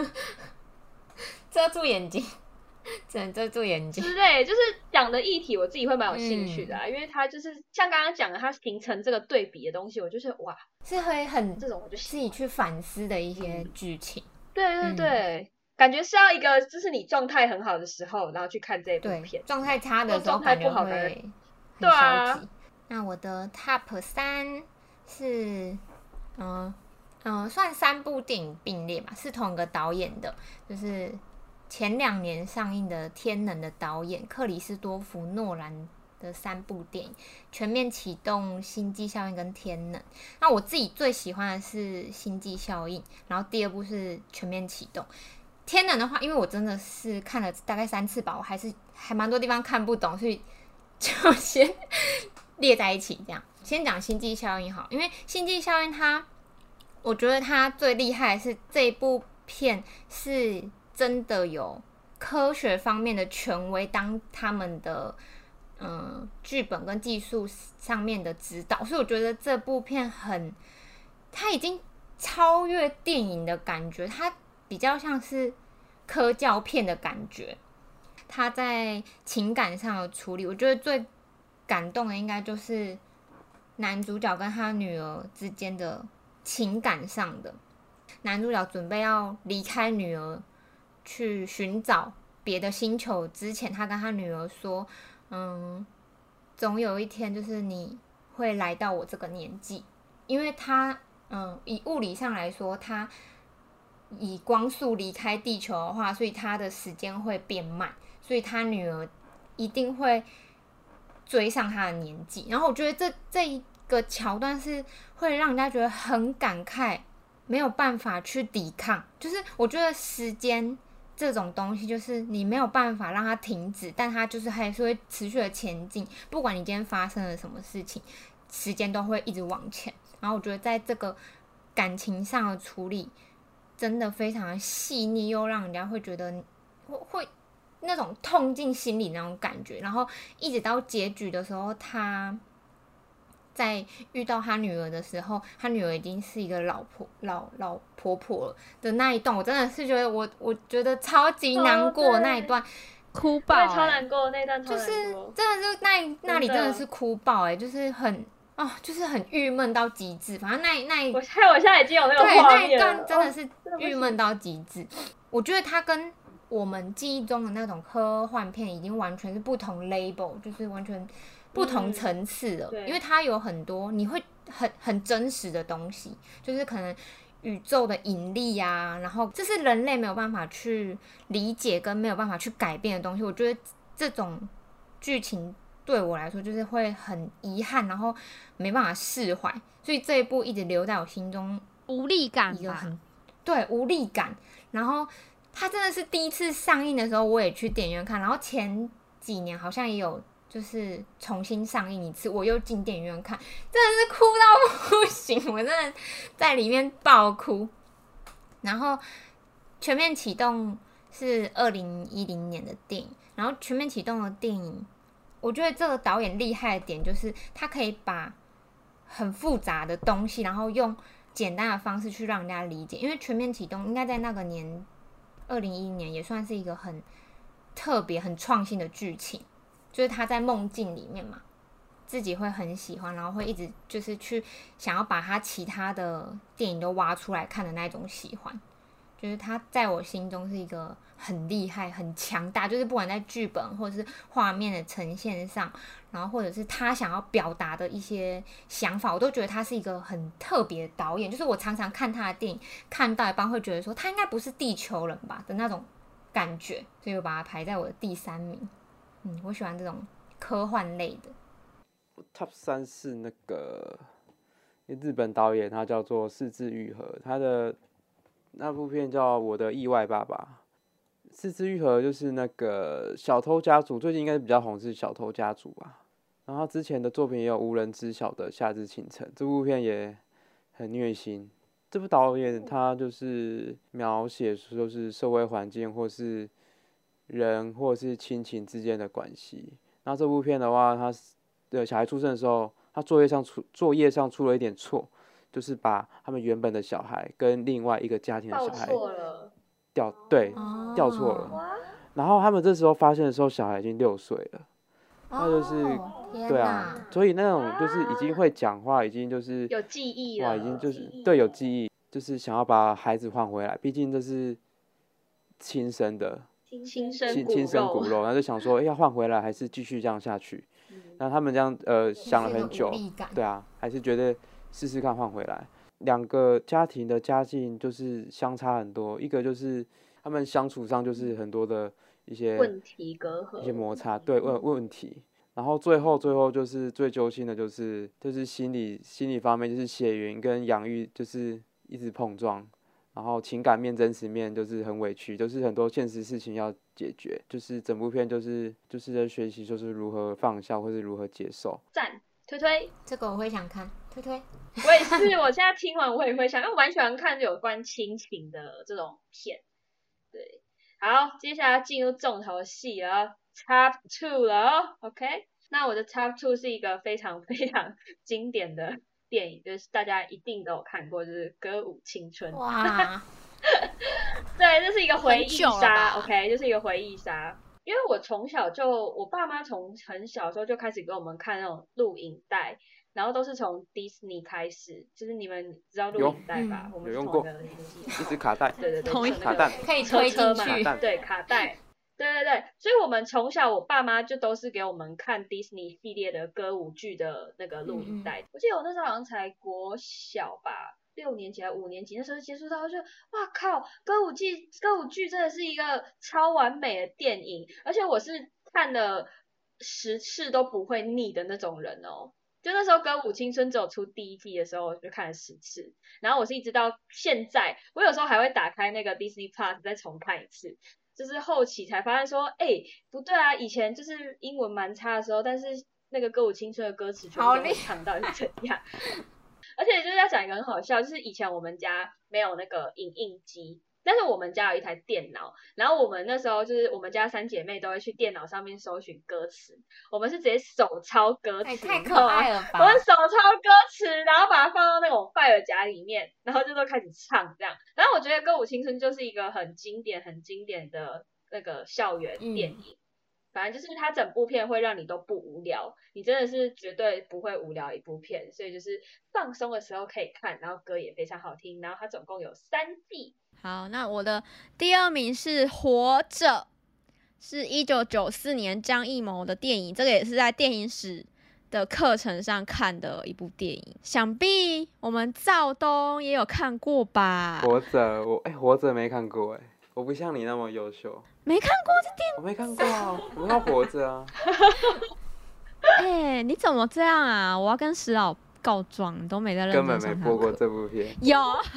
遮住眼睛，只能遮住眼睛之类，就是讲的议题我自己会蛮有兴趣的因为它就是像刚刚讲的，它形成这个对比的东西，我就是哇， 是会很这种我就自己去反思的一些剧情。 对对对。感觉是要一个，就是你状态很好的时候，然后去看这部片。 状态差的时候， 状态不好的人， 对啊。那我的 Top 3是，算3部电影并列吧，是同一个导演的，就是前2年上映的《天能》的导演克里斯多夫诺兰的3部电影，《全面启动》、《星际效应》跟《天能》。那我自己最喜欢的是《星际效应》，然后第2部是《全面启动》。天能的话，因为我真的是看了大概3次吧，我还蛮多地方看不懂，所以就先列在一起这样。先讲星际效应好，因为星际效应我觉得它最厉害的是这一部片是真的有科学方面的权威当他们的剧本跟技术上面的指导，所以我觉得这部片它已经超越电影的感觉，它比较像是科教片的感觉。它在情感上的处理，我觉得最感动的应该就是男主角跟他女儿之间的情感上的。男主角准备要离开女儿去寻找别的星球之前，他跟他女儿说，总有一天就是你会来到我这个年纪，因为他以物理上来说，他以光速离开地球的话，所以他的时间会变慢，所以他女儿一定会追上他的年纪。然后我觉得这一个桥段是会让人家觉得很感慨，没有办法去抵抗。就是我觉得时间这种东西，就是你没有办法让它停止，但它就是还是会持续的前进。不管你今天发生了什么事情，时间都会一直往前。然后我觉得在这个感情上的处理真的非常的细腻，又让人家会觉得会那种痛进心里那种感觉。然后一直到结局的时候，他在遇到他女儿的时候，他女儿已经是一个老婆婆了的那一段，我真的是觉得我觉得超级难过那一段， 哭爆、 对，超难过那段， 就是真的是那里真的是哭爆就是很就是很郁闷到极致。反正我现在已经有那个对画面了， 那一段真的是郁闷到极致。我觉得它跟我们记忆中的那种科幻片已经完全是不同 label， 就是完全不同层次了。因为它有很多你会很真实的东西，就是可能宇宙的引力啊，然后这是人类没有办法去理解跟没有办法去改变的东西。我觉得这种剧情对我来说就是会很遗憾，然后没办法释怀，所以这一部一直留在我心中， 无力感吧， 一个对无力感。然后它真的是第一次上映的时候，我也去电影院看，然后前几年好像也有就是重新上映一次，我又进电影院看，真的是哭到不行，我真的在里面爆哭。然后全面启动是2010年的电影，然后全面启动的电影，我觉得这个导演厉害的点就是他可以把很复杂的东西，然后用简单的方式去让人家理解。因为全面启动应该在那个年2011年也算是一个很特别很创新的剧情，就是他在梦境里面嘛，自己会很喜欢，然后会一直就是去想要把他其他的电影都挖出来看的那种喜欢。就是他在我心中是一个很厉害很强大，就是不管在剧本或者是画面的呈现上，然后或者是他想要表达的一些想法，我都觉得他是一个很特别的导演。就是我常常看他的电影看到一半会觉得说他应该不是地球人吧的那种感觉，所以我把他排在我的第3名。我喜欢这种科幻类的。 Top 3是那个日本导演，他叫做四字愈合，他的那部片叫《我的意外爸爸》。四字愈合就是那个小偷家族，最近应该比较红是小偷家族吧。然后之前的作品也有无人知晓的夏日清晨，这部片也很虐心。这部导演他就是描写就是社会环境或是人或是亲情之间的关系。那这部片的话，他的小孩出生的时候，他作业上出了一点错，就是把他们原本的小孩跟另外一个家庭的小孩调错了。然后他们这时候发现的时候，小孩已经6岁了。那就是对啊，所以那种就是已经会讲话，已经就是有记忆了， 哇，已经就是对有记忆，就是想要把孩子换回来，毕竟这是亲生的。亲生骨肉，然后就想说，要换回来还是继续这样下去？那他们这样想了很久，对啊，还是觉得试试看换回来。2个家庭的家境就是相差很多，一个就是他们相处上就是很多的一些问题隔阂、 一些摩擦，对问题。然后最后就是最揪心的就是心理方面，就是血缘跟养育就是一直碰撞。然后情感面、真实面就是很委屈，就是很多现实事情要解决，就是整部片就是在学习，就是如何放下或是如何接受。 赞，推这个我会想看，推。 我也是，我现在听完我也会想，因为我蛮喜欢看有关亲情的这种片。对，好，接下来进入重头戏了，Top 2了哦 ，OK。 那我的 Top 2是一个非常非常经典的电影，就是大家一定都有看过，就是《歌舞青春》。 哇， 对，这是一个回忆很久了杀吧 ，OK，就是一个回忆杀。因为我从小就，我爸妈从很小的时候就开始给我们看那种录影带，然后都是从 Disney 开始，就是你们知道录影带吧？我们是有用过同一个年纪。 一只卡带， 对对对， 同一就那个卡带可以推进嘛去卡带对，卡带。对对对，所以我们从小我爸妈就都是给我们看 Disney 系列的歌舞剧的那个录影带。我记得我那时候好像才国小吧，6年级还5年级，那时候接触到就哇靠，歌舞剧真的是一个超完美的电影，而且我是看了10次都不会腻的那种人哦。就那时候《歌舞青春》只有出第1季的时候，我就看了10次，然后我是一直到现在，我有时候还会打开那个 Disney Plus 再重看一次。就是后期才发现说，不对啊，以前就是英文蛮差的时候，但是那个歌舞青春的歌词全部都会唱到底是怎样。而且就是要讲一个很好笑，就是以前我们家没有那个影印机，但是我们家有一台电脑，然后我们那时候就是我们家3姐妹都会去电脑上面搜寻歌词，我们是直接手抄歌词， 太可爱了吧！ 我们手抄歌词，然后把它放到那种 file 夹里面，然后就都开始唱这样。然后我觉得《歌舞青春》就是一个很经典的那个校园电影。反正就是它整部片会让你都不无聊，你真的是绝对不会无聊一部片，所以就是放松的时候可以看，然后歌也非常好听，然后它总共有3季。 好，那我的第2名是《活着》，是1994年张艺谋的电影，这个也是在电影史的课程上看的一部电影，想必我们兆东也有看过吧？ 活着，活着没看过我不像你那么优秀， 没看过这电影？ 我没看过啊，我要活着啊。 你怎么这样啊？我要跟石老告状，你都没在认真根本没播过这部片。 有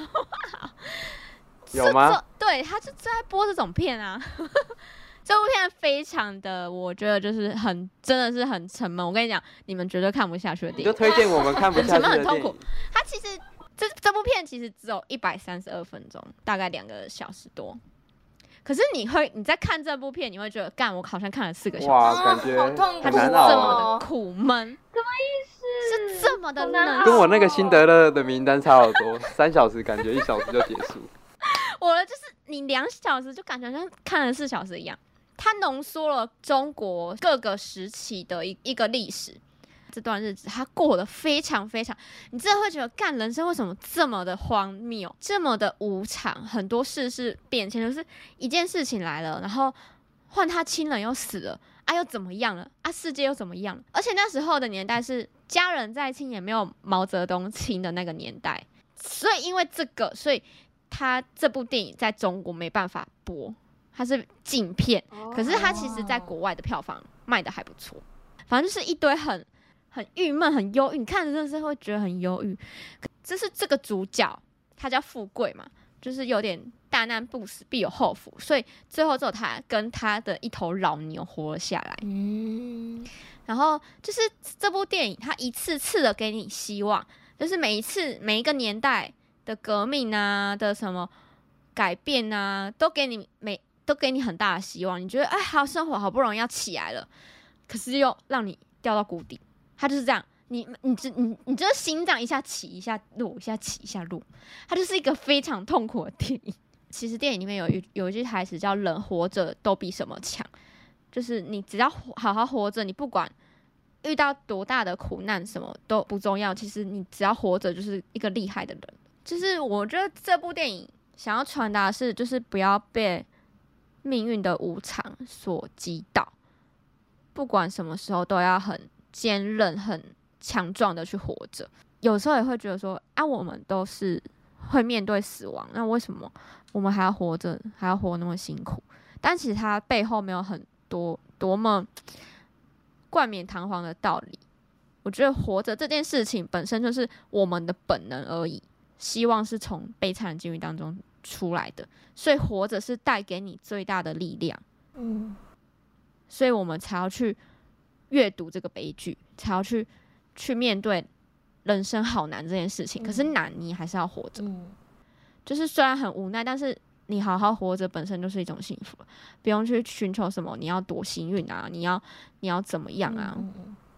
有吗？ 对，他就在播这种片啊。这部片非常的，我觉得就是真的是很沉闷。我跟你讲，你们绝对看不下去的电影。 你就推荐我们看不下去的电影。 很痛苦。它其实这部片其实只有132分钟，大概2个小时多。可是你在看这部片，你会觉得，干，我好像看了4个小时。 哇，感觉好痛苦， 它就是这么的苦闷。 什么意思？ 是这么的难。 跟我那个辛德勒的名单差好多，3小时感觉1小时就结束。 我的就是你2小时就感觉像看了4小时一样。它浓缩了中国各个时期的一个历史。这段日子他过得非常非常，你真的会觉得干人生为什么这么的荒谬，这么的无常，很多事是变迁，就是一件事情来了，然后换他亲人又死了啊，又怎么样了啊，世界又怎么样了？而且那时候的年代是家人再亲也没有毛泽东亲的那个年代，所以因为这个，所以他这部电影在中国没办法播，它是禁片，可是它其实在国外的票房卖的还不错。反正就是一堆很郁闷、很忧郁，你看着真的是会觉得很忧郁。这是这个主角，他叫富贵嘛，就是有点大难不死必有后福，所以最后只有他跟他的一头老牛活了下来。然后就是这部电影，它一次次的给你希望，就是每一个年代的革命啊的什么改变啊，都给你很大的希望。你觉得好生活好不容易要起来了，可是又让你掉到谷底。它就是这样，你就是心脏一下起一下落，一下起一下落，它就是一个非常痛苦的电影。其实电影里面有一句台词叫"人活着都比什么强"，就是你只要好好活着，你不管遇到多大的苦难，什么都不重要。其实你只要活着，就是一个厉害的人。就是我觉得这部电影想要传达的是，就是不要被命运的无常所击倒，不管什么时候都要很坚韧、很强壮的去活着。有时候也会觉得说，我们都是会面对死亡，那为什么我们还要活着，还要活那么辛苦？但其实它背后没有很多么冠冕堂皇的道理。我觉得活着这件事情本身就是我们的本能而已，希望是从悲惨的境遇当中出来的，所以活着是带给你最大的力量。所以我们才要去阅读这个悲剧，才要去面对人生好难这件事情。可是难，你还是要活着。就是虽然很无奈，但是你好好活着本身就是一种幸福，不用去寻求什么你要多幸运啊，你要怎么样啊。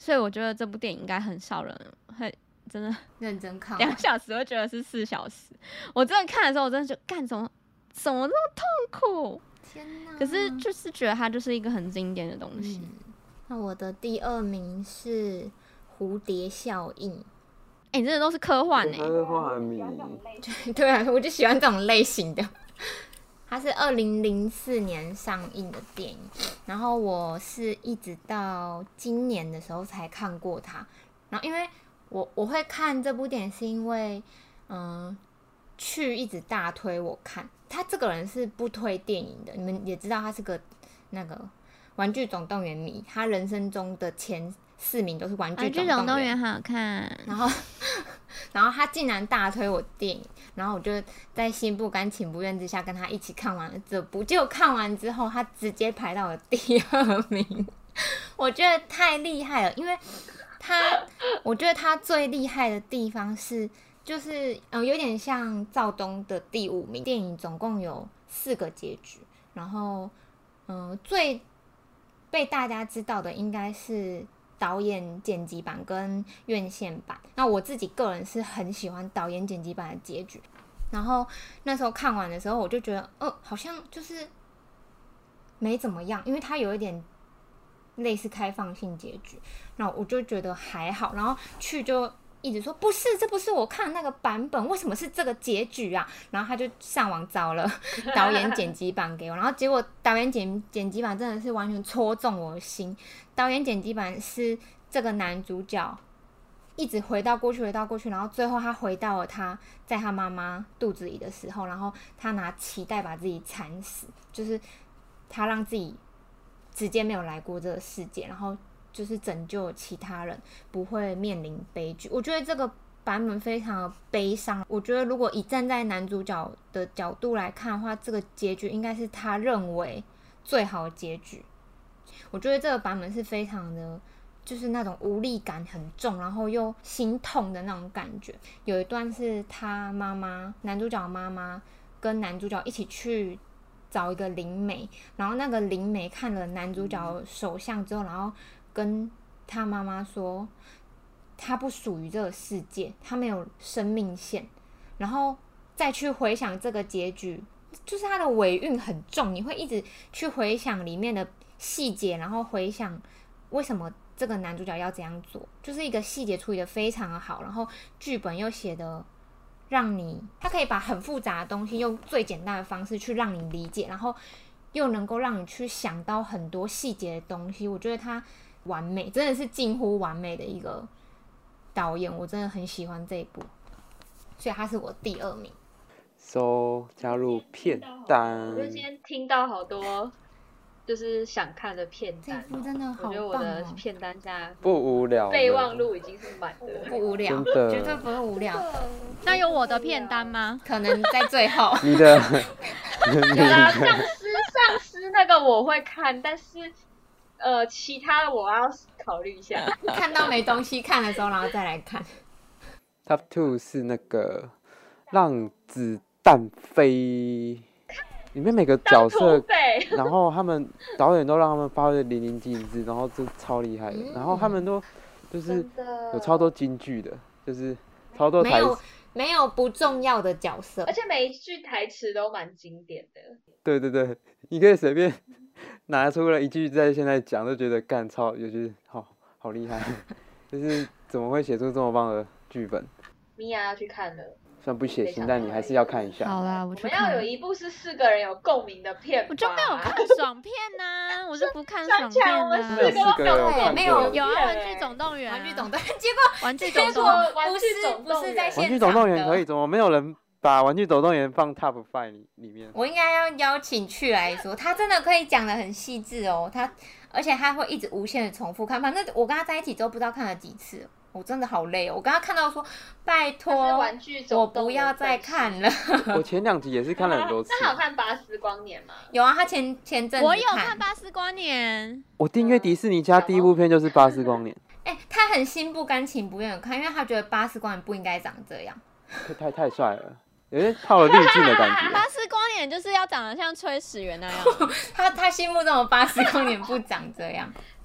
所以我觉得这部电影应该很少人会真的认真看 2小时会觉得是4小时。我真的看的时候，我真的就干什么那么痛苦。 天哪！ 可是就是觉得它就是一个很经典的东西。 那我的第2名是蝴蝶效应。 你真的都是科幻科幻迷。 对啊，我就喜欢这种类型的。它是2004年上映的电影，然后我是一直到今年的时候才看过它。然后因为我会看这部电影是因为去一直大推我看。他这个人是不推电影的，你们也知道他是个那个玩具总动员迷，他人生中的前4名都是玩具总动员， 好看。 然后他竟然大推我电影，然后我就在心不甘情不愿之下跟他一起看完了这部。结果看完之后，他直接排到了第2名，我觉得太厉害了，因为我觉得他最厉害的地方是。就是有点像兆东的第5名。电影总共有4个结局，然后最被大家知道的应该是导演剪辑版跟院线版。那我自己个人是很喜欢导演剪辑版的结局。然后那时候看完的时候，我就觉得好像就是没怎么样，因为它有一点类似开放性结局，然后我就觉得还好，然后就一直说不是，这不是我看的那个版本，为什么是这个结局啊？然后他就上网找了导演剪辑版给我，然后结果导演剪辑版真的是完全戳中我的心。导演剪辑版是这个男主角一直回到过去，然后最后他回到了他在他妈妈肚子里的时候，然后他拿脐带把自己缠死，就是他让自己直接没有来过这个世界，然后就是拯救其他人不会面临悲剧。我觉得这个版本非常的悲伤。我觉得如果以站在男主角的角度来看的话，这个结局应该是他认为最好的结局。我觉得这个版本是非常的就是那种无力感很重，然后又心痛的那种感觉。有一段是他妈妈，男主角妈妈跟男主角一起去找一个灵媒，然后那个灵媒看了男主角手相之后，然后跟他妈妈说他不属于这个世界，他没有生命线，然后再去回想这个结局，就是他的尾韵很重，你会一直去回想里面的细节，然后回想为什么这个男主角要这样做，就是一个细节处理的非常的好，然后剧本又写的让他可以把很复杂的东西用最简单的方式去让你理解，然后又能够让你去想到很多细节的东西。我觉得他完美，真的是近乎完美的一个导演，我真的很喜欢这一部，所以他是我第2名。 加入片单。 我就今天听到好多就是想看的片单， 这部真的好棒我觉得我的片单现在不无聊， 备忘录已经是满的， 不无聊， 真的绝对不会无聊。 那有我的片单吗？ 可能在最后。 你的有啦，丧尸那个我会看，但是其他的我要考虑一下。 看到没东西看的时候，然后再来看。 Top 2是那个让子弹飞，里面每个角色，然后他们导演都让他们发挥的淋漓尽致，然后就超厉害的。然后他们都就是有超多金句的，就是超多台词， 没有不重要的角色， 而且每一句台词都蛮经典的。 对对对，你可以随便拿出了一句在现在讲，就觉得干超，有些好厉害，就是怎么会写出这么棒的剧本？ 米娅要去看了。 虽然不血腥，但你还是要看一下。 好啦，我们要有一部是4个人有共鸣的片吧。 我就没有看爽片呐，我就不看爽片我们呐。 4个有看过， 没有有啊，玩具总动员， 玩具总动员，结果玩具总动员不是在现场的。 玩具总动员可以，怎么没有人把玩具总动员放 Top 5里面？ 我应该要邀请去来说，他真的可以讲得很细致哦，而且他会一直无限的重复看。反正我跟他在一起之后，不知道看了几次。我真的好累哦！我刚刚看到说，拜托，我不要再看了。 我前2集也是看了很多次。 那好看《巴斯光年》吗？ 有啊，他前阵子我有看《巴斯光年》。 我订阅迪士尼家第一部片就是《巴斯光年》。 他很心不甘情不愿的看，因为他觉得巴斯光年不应该长这样。 太帅了，有点套了滤镜的感觉。 巴斯光年就是要长得像崔始源那样。 他心目中的巴斯光年不长这样。 对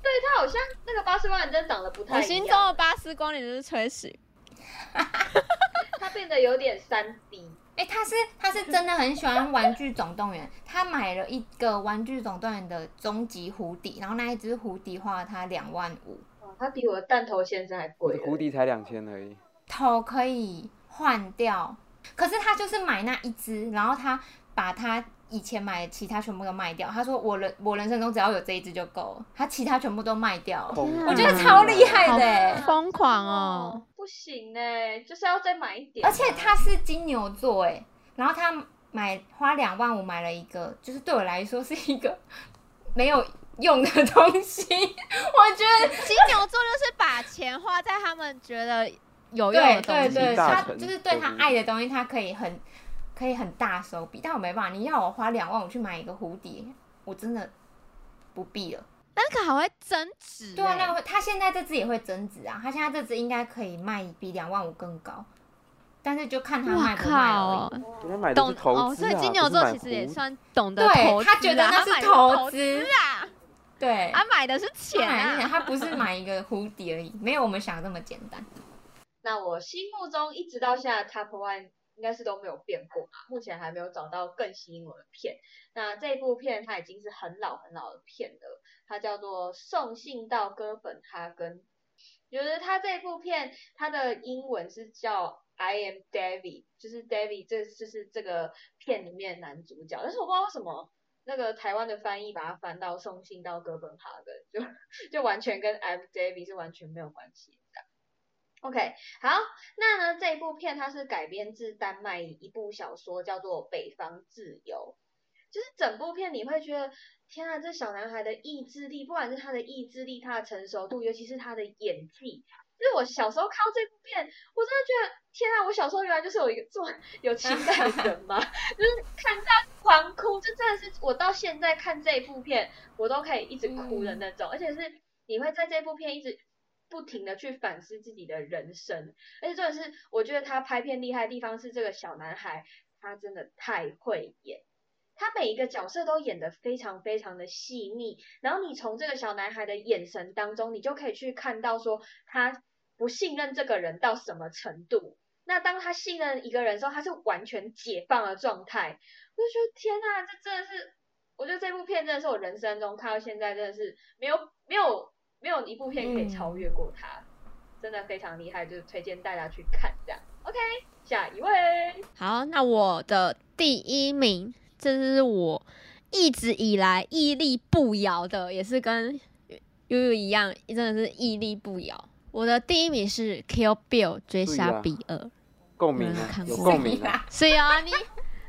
他好像那个巴斯光年真的长得不太一样。 我心中的巴斯光年就是崔始源， 他变得有点3D。 他是真的很喜欢《玩具总动员》，他买了一个《玩具总动员》的终极胡迪，然后那一只胡迪花了他25000。 他比我的弹头先生还贵。 胡迪才2000而已。 头可以换掉，可是他就是买那一只，然后他把他以前买的其他全部都卖掉。他说我人生中只要有这一只就够了，他其他全部都卖掉了。我觉得超厉害的欸， 疯狂哦！ 不行哎，就是要再买一点。 而且他是金牛座哎，然后他花25000买了一个，就是对我来说是一个没有用的东西。我觉得金牛座就是把钱花在他们觉得有用的东西。 对， 大他就是对他爱的东西，他可以很大手笔，但我没办法。你要我花25000去买一个蝴蝶，我真的不必了。 那个还会增值。 对啊，他现在这只也会增值啊，他现在这只应该可以卖比25000更高，但是就看他卖不卖而已。 人家买的是投资啊， 所以金牛座其实也算懂得对， 投资他觉得那是投资啊。 对， 他买的是钱啊， 他不是买一个蝴蝶而已，没有我们想的这么简单。 那我心目中一直到现在 Top One 应该是都没有变过嘛，目前还没有找到更吸引我的片。那这部片它已经是很老很老的片了，它叫做《送信到哥本哈根》。就是它这部片，它的英文是叫 I am David， 就是 David， 就是这个片里面的男主角。但是我不知道为什么那个台湾的翻译把它翻到送信到哥本哈根，就完全跟 I am David 是完全没有关系的。OK， 好，那呢这一部片它是改编自丹麦一部小说，叫做《北方自由》。就是整部片你会觉得，天啊，这小男孩的意志力，不管是他的意志力、他的成熟度，尤其是他的演技，就是我小时候看到这部片，我真的觉得，天啊，我小时候原来就是有一个这么有情感的人嘛，就是看到狂哭，就真的是我到现在看这部片，我都可以一直哭的那种，而且是你会在这部片一直不停的去反思自己的人生，而且真的是我觉得他拍片厉害的地方是这个小男孩他真的太会演，他每一个角色都演得非常非常的细腻，然后你从这个小男孩的眼神当中，你就可以去看到说他不信任这个人到什么程度，那当他信任一个人的时候，他是完全解放的状态，我就觉得天啊，这真的是，我觉得这部片真的是我人生中看到现在真的是没有一部片可以超越过它，真的非常厉害，就是推荐大家去看这样。OK， 下一位。 好，那我的第一名，这是我一直以来屹立不摇的，也是跟悠悠一样，真的是屹立不摇。我的第一名是《Kill Bill》追杀比尔， 共鸣啊，有看过共鸣啊， 所以啊，你有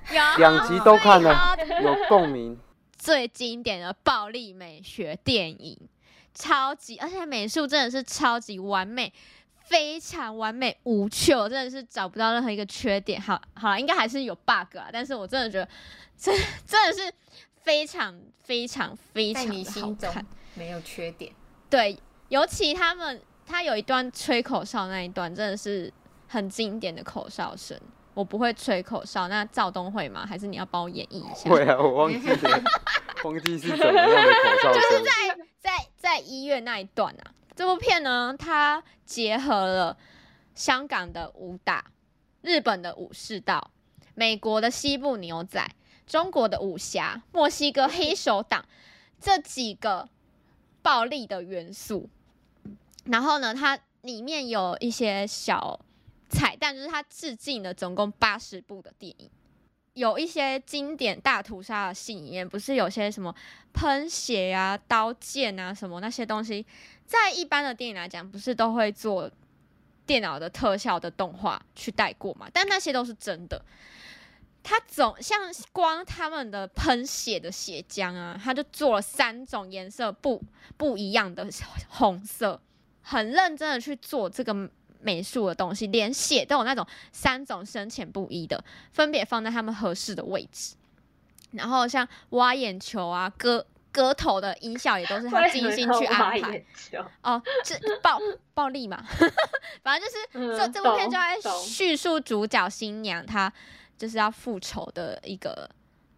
2集都看了，有共鸣。 最经典的暴力美学电影，超级，而且美术真的是超级完美，非常完美无缺，真的是找不到任何一个缺点。好啦，应该还是有 bug 啊，但是我真的觉得真的是非常非常非常在你的好心中看， 没有缺点。 对，尤其他有一段吹口哨那一段，真的是很经典的口哨声。我不会吹口哨，那赵东会吗？还是你要帮我演绎一下？ 会啊，我忘记了，忘记是怎么样的口哨声。 就是在医院那一段啊。这部片呢，它结合了香港的武打、日本的武士道、美国的西部牛仔、中国的武侠、墨西哥黑手党这几个暴力的元素。然后呢，它里面有一些小彩蛋，就是它致敬了总共80部的电影。有一些经典大屠杀的戏里面，不是有些什么喷血啊、刀剑啊什么那些东西，在一般的电影来讲，不是都会做电脑的特效的动画去带过嘛？但那些都是真的。它像光他们的喷血的血浆啊，它就做了3种颜色不一样的红色，很认真的去做这个美术的东西，连血都有那种3种深浅不一的，分别放在他们合适的位置。然后像挖眼球啊、割头的音效也都是他精心去安排。哦，这暴力嘛，反正就是这部片就在叙述主角新娘她就是要复仇的一个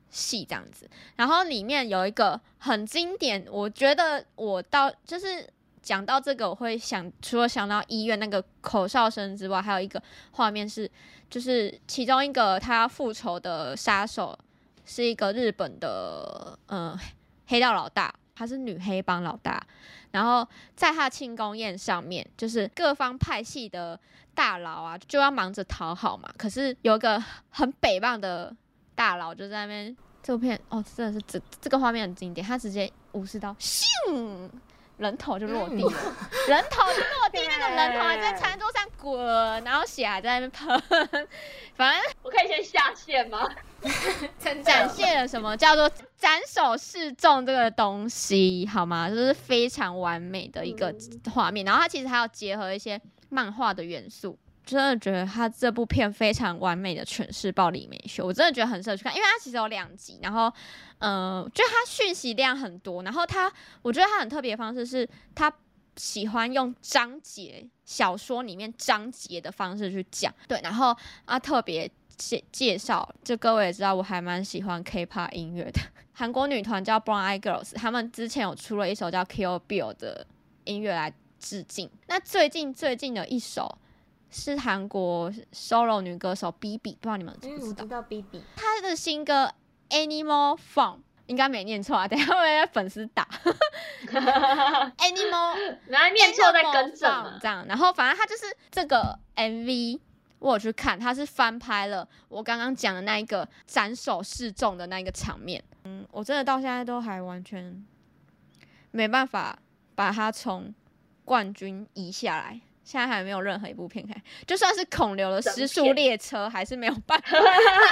戏这样子。然后里面有一个很经典，我觉得我到就是讲到这个，我会除了想到医院那个口哨声之外，还有一个画面是，就是其中一个他复仇的杀手是一个日本的黑道老大，他是女黑帮老大。然后在他庆功宴上面，就是各方派系的大佬啊，就要忙着讨好嘛。可是有一个很北棒的大佬就在那边，这部片真的是这个画面很经典，他直接武士刀，咻，人头就落地了，人头就落地，那个人头还在餐桌上滚，然后血还在那边喷，反正我可以先下线吗？ 展现了什么叫做斩首示众这个东西，好吗？就是非常完美的一个画面，然后它其实还有结合一些漫画的元素，真的觉得他这部片非常完美的诠释暴力美学，我真的觉得很适合去看，因为它其实有2集，然后就它讯息量很多，然后我觉得它很特别的方式是它喜欢用章节小说里面章节的方式去讲，对，然后特别介绍，就各位也知道我还蛮喜欢 K-pop 音乐的，韩国女团叫 Brown Eyed Girls， 他们之前有出了一首叫 Kill Bill 的音乐来致敬。那最近的一首是韩国 solo 女歌手 BB， 不知道你们知不知道？ 我知道 BB， 她的新歌 Animal Farm 应该没念错啊，等一下会被粉丝打。Animal， 然后念错再更正嘛， 这样。然后反正他就是这个 MV， 我有去看，他是翻拍了我刚刚讲的那一个斩首示众的那一个场面。我真的到现在都还完全没办法把它从冠军移下来。现在还没有任何一部片看，就算是孔刘的《失速列车》，还是没有办法。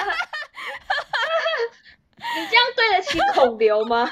你这样对得起孔刘吗？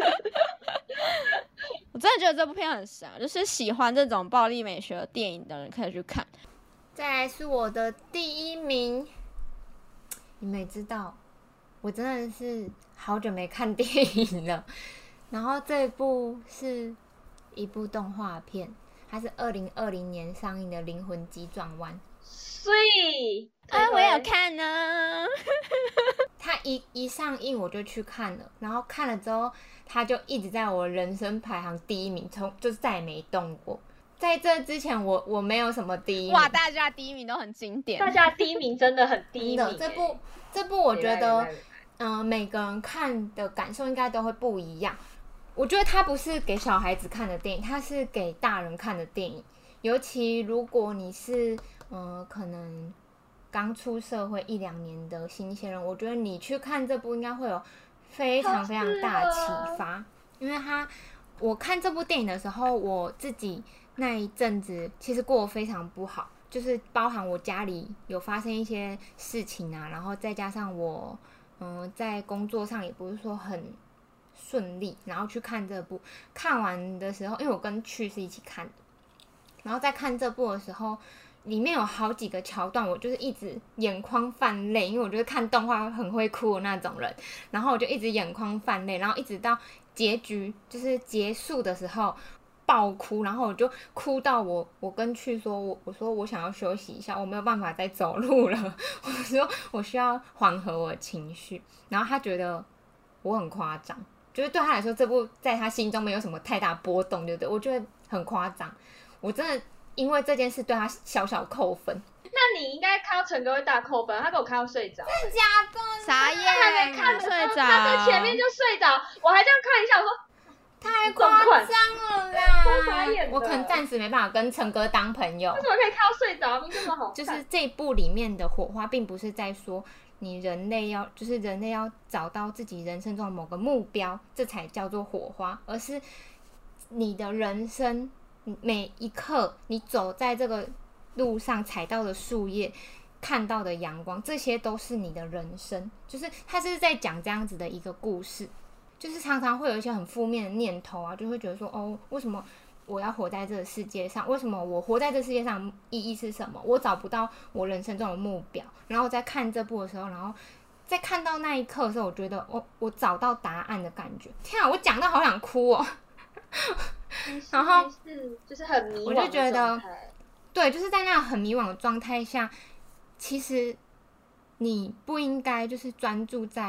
我真的觉得这部片很神，就是喜欢这种暴力美学的电影的人可以去看。 再来是我的第1名，你们也知道，我真的是好久没看电影了。然后这部是一部动画片，它是2020年上映的《灵魂急转弯》。 所以我有看呢。 它一上映我就去看了，然后看了之后，它就一直在我人生排行第1名，就是再也没动过。在这之前我没有什么第1名。 哇，大家第1名都很经典。 大家第1名真的很第1名。 这部我觉得，每个人看的感受应该都会不一样。我觉得它不是给小孩子看的电影，它是给大人看的电影。尤其如果你是可能刚出社会1-2年的新鲜人，我觉得你去看这部应该会有非常非常大的启发。因为我看这部电影的时候，我自己那一阵子其实过得非常不好，就是包含我家里有发生一些事情啊，然后再加上我在工作上也不是说很顺利，然后去看这部，看完的时候，因为我跟去是一起看的，然后在看这部的时候，里面有好几个桥段，我就是一直眼眶泛泪，因为我觉得看动画很会哭的那种人，然后我就一直眼眶泛泪，然后一直到结局就是结束的时候爆哭，然后我就哭到我跟去说，我说我想要休息一下，我没有办法再走路了，我说我需要缓和我的情绪，然后他觉得我很夸张，就是对他来说这部在他心中没有什么太大波动，对不对？我觉得很夸张，我真的因为这件事对他小小扣分。 那你应该看到陈哥会大扣分，他给我看到睡着。 真的假的？ 傻眼， 他还没看睡着， 他在前面就睡着，我还这样看一下，我说太夸张了啦！ 超傻眼的， 我可能暂时没办法跟陈哥当朋友。 为什么可以看到睡着？明明这么好看。 就是这一部里面的火花，并不是在说你人类要找到自己人生中的某个目标，这才叫做火花，而是你的人生每一刻，你走在这个路上踩到的树叶，看到的阳光，这些都是你的人生。就是他是在讲这样子的一个故事，就是常常会有一些很负面的念头啊，就会觉得说，为什么我要活在这个世界上？为什么我活在这世界上意义是什么？我找不到我人生中的目标。然后在看这部的时候，然后在看到那一刻的时候，我觉得我找到答案的感觉。天啊，我讲到好想哭哦。然后就是很迷惘， 我就觉得，对，就是在那很迷惘的状态下，其实你不应该就是专注在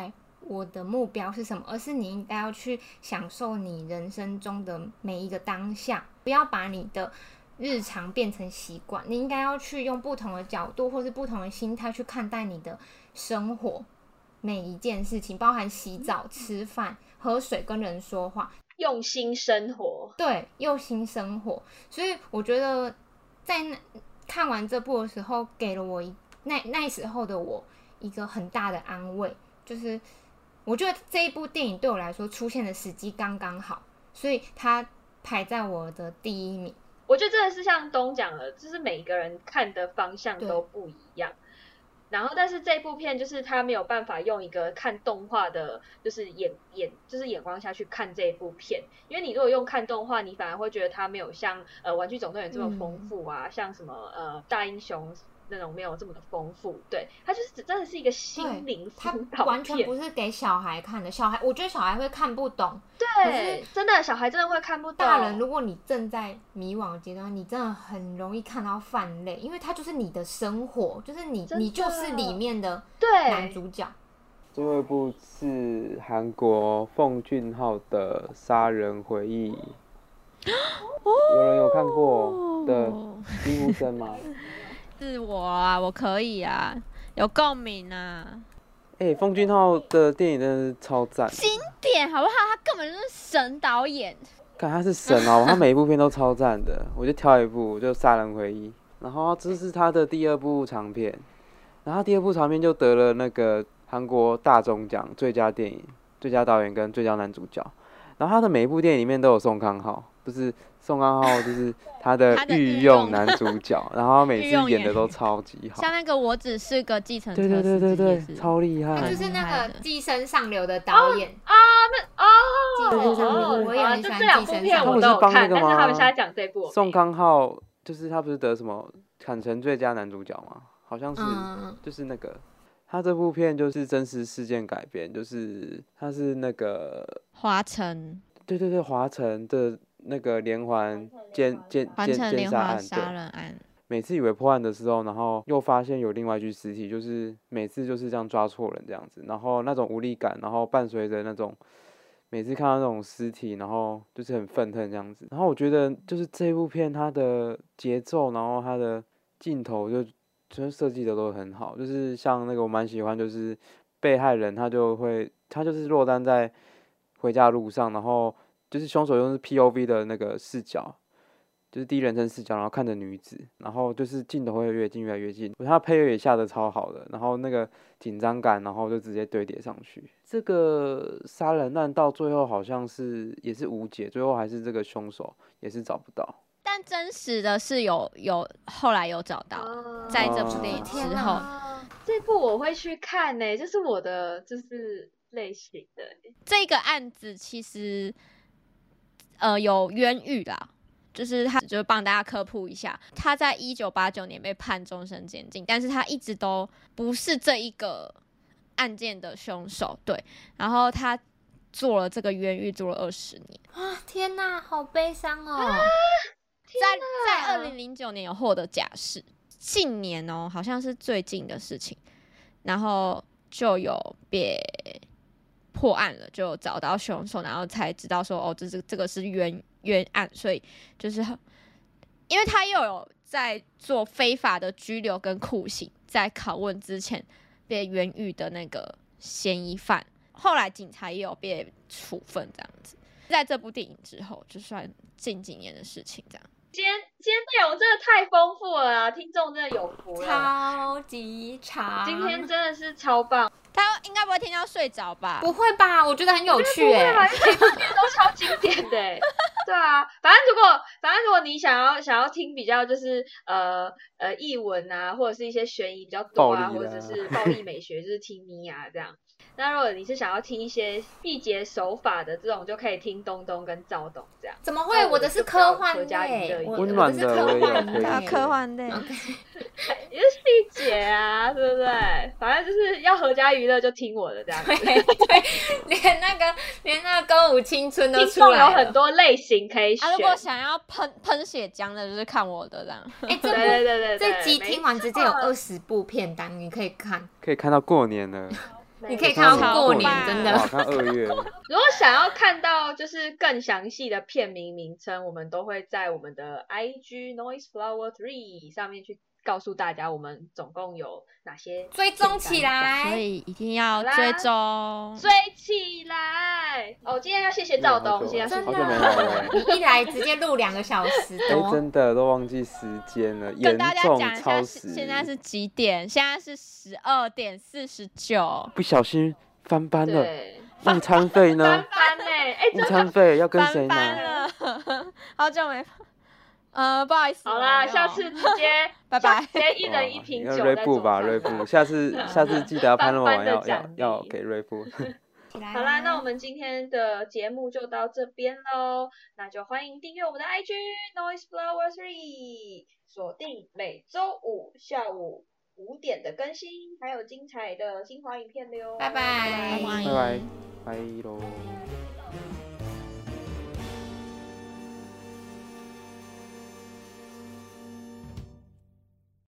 我的目标是什么，而是你应该要去享受你人生中的每一个当下，不要把你的日常变成习惯，你应该要去用不同的角度或是不同的心态去看待你的生活，每一件事情，包含洗澡、吃饭、喝水、跟人说话， 用心生活。 对，用心生活。所以我觉得在看完这部的时候，给了我那时候的我一个很大的安慰，就是我觉得这一部电影对我来说出现的时机刚刚好，所以它排在我的第1名。 我觉得真的是像东讲的，就是每一个人看的方向都不一样。然后，但是这部片就是他没有办法用一个看动画的，就是眼光下去看这部片，因为你如果用看动画，你反而会觉得它没有像玩具总动员这么丰富啊，像什么大英雄那种没有这么的丰富。对，它就是真的是一个心灵辅导片， 它完全不是给小孩看的。我觉得小孩会看不懂。 对，真的小孩真的会看不懂。 大人，如果你正在迷惘的阶段，你真的很容易看到泛泪，因为它就是你的生活，就是你就是里面的男主角。 最后一部是韩国奉俊昊的《杀人回忆》，有人有看过的惊呼声吗？ 是我啊，我可以啊，有共鸣啊。 奉俊昊的电影真的是超赞， 经典好不好？他根本就是神导演。 看他是神哦，他每一部片都超赞的。我就挑一部，就《杀人回忆》，然后这是他的第2部长片，然后他第2部长片就得了那个韩国大钟奖最佳电影、最佳导演跟最佳男主角。然后他的每一部电影里面都有宋康昊，就是宋康昊就是他的御用男主角，然后每次演的都超级好。 像那个我只是个计程车司对， 机， 超厉害。 他就是那个《寄生上流》的导演寄生上流，我也很喜欢《寄生上流》。 我都有看，但是他们现在讲这部。 宋康昊就是他不是得什么坎城最佳男主角吗？好像是，就是那个。他这部片就是真实事件改编，就是他是那个华城， 对，华城的那个连环奸杀人案。 每次以为破案的时候，然后又发现有另外一具尸体，就是每次就是这样抓错人这样子，然后那种无力感，然后伴随着那种每次看到那种尸体，然后就是很愤恨这样子。然后我觉得就是这部片它的节奏，然后它的镜头就设计的都很好，就是像那个我蛮喜欢，就是被害人他就是落单在回家的路上，然后就是凶手用是 POV 的那个视角，就是第一人称视角，然后看着女子，然后就是镜头会越近越来越近，我觉得他配乐也下得超好的，然后那个紧张感，然后就直接堆叠上去。这个杀人案到最后好像也是无解，最后还是这个凶手也是找不到。 但真实的是后来有找到，在这部电影之后， 这部我会去看这是我的就是类型的。 这个案子其实有冤狱啦，就是他就帮大家科普一下，他在1989年被判终身监禁，但是他一直都不是这一个案件的凶手，对，然后他做了这个冤狱做了20年啊！天哪，好悲伤哦！ 在2009年有获得假释，近年好像是最近的事情，然后就有被破案了，就找到凶手，然后才知道说这个是冤案，所以就是因为他又有在做非法的拘留跟酷刑，在拷问之前被冤狱的那个嫌疑犯，后来警察也有被处分这样子。在这部电影之后，就算近几年的事情这样。 今天内容真的太丰富了啊，听众真的有福了， 超级长。 今天真的是超棒， 他应该不会听到睡着吧？ 不会吧？我觉得很有趣不会吧？因为每部片都超经典的对啊，反正如果你想要听比较就是译文啊，或者是一些悬疑比较多啊，或者是暴力美学，就是听咪啊这样。那如果你是想要听一些细节手法的这种，就可以听东东跟赵董这样。 怎么会？我的是科幻类， 温暖的科幻类， 也是细节啊，对不对？反正就是要合家娱乐就听我的这样子。 对，连那个歌舞青春都出来了。 听众有很多类型可以选。 如果想要喷血浆的，就是看我的这样。 对， 这集听完直接有20部片单，你可以看， 可以看到过年了。 你可以看到过年，真的。 哇，看2月。 如果想要看到就是更详细的片名名称，我们都会在我们的 IG Noiseflower3 上面去告诉大家我们总共有哪些追踪起来， 所以一定要追踪， 追起来。哦，今天要谢谢赵东，现在真好久没来了的，你一来直接录2个小时多， 真的都忘记时间了，严跟大家重讲一下超时。 现在是几点？现在是12:49， 不小心翻班了， 对， 用餐费呢？ 翻班哎， 午餐费要跟谁翻班拿？ 了，好久没。不好意思。 好啦，下次直接拜拜直接一人一瓶酒瑞在桌布吧， 上瑞布，下次记得要拍那么晚， 翻班的奖励要给瑞布。 好啦，那我们今天的节目就到这边喽，那就欢迎订阅我们的 IG Noiseflower3，锁定每周五下午5点的更新，还有精彩的精华影片哟。 拜拜拜拜拜，拜喽。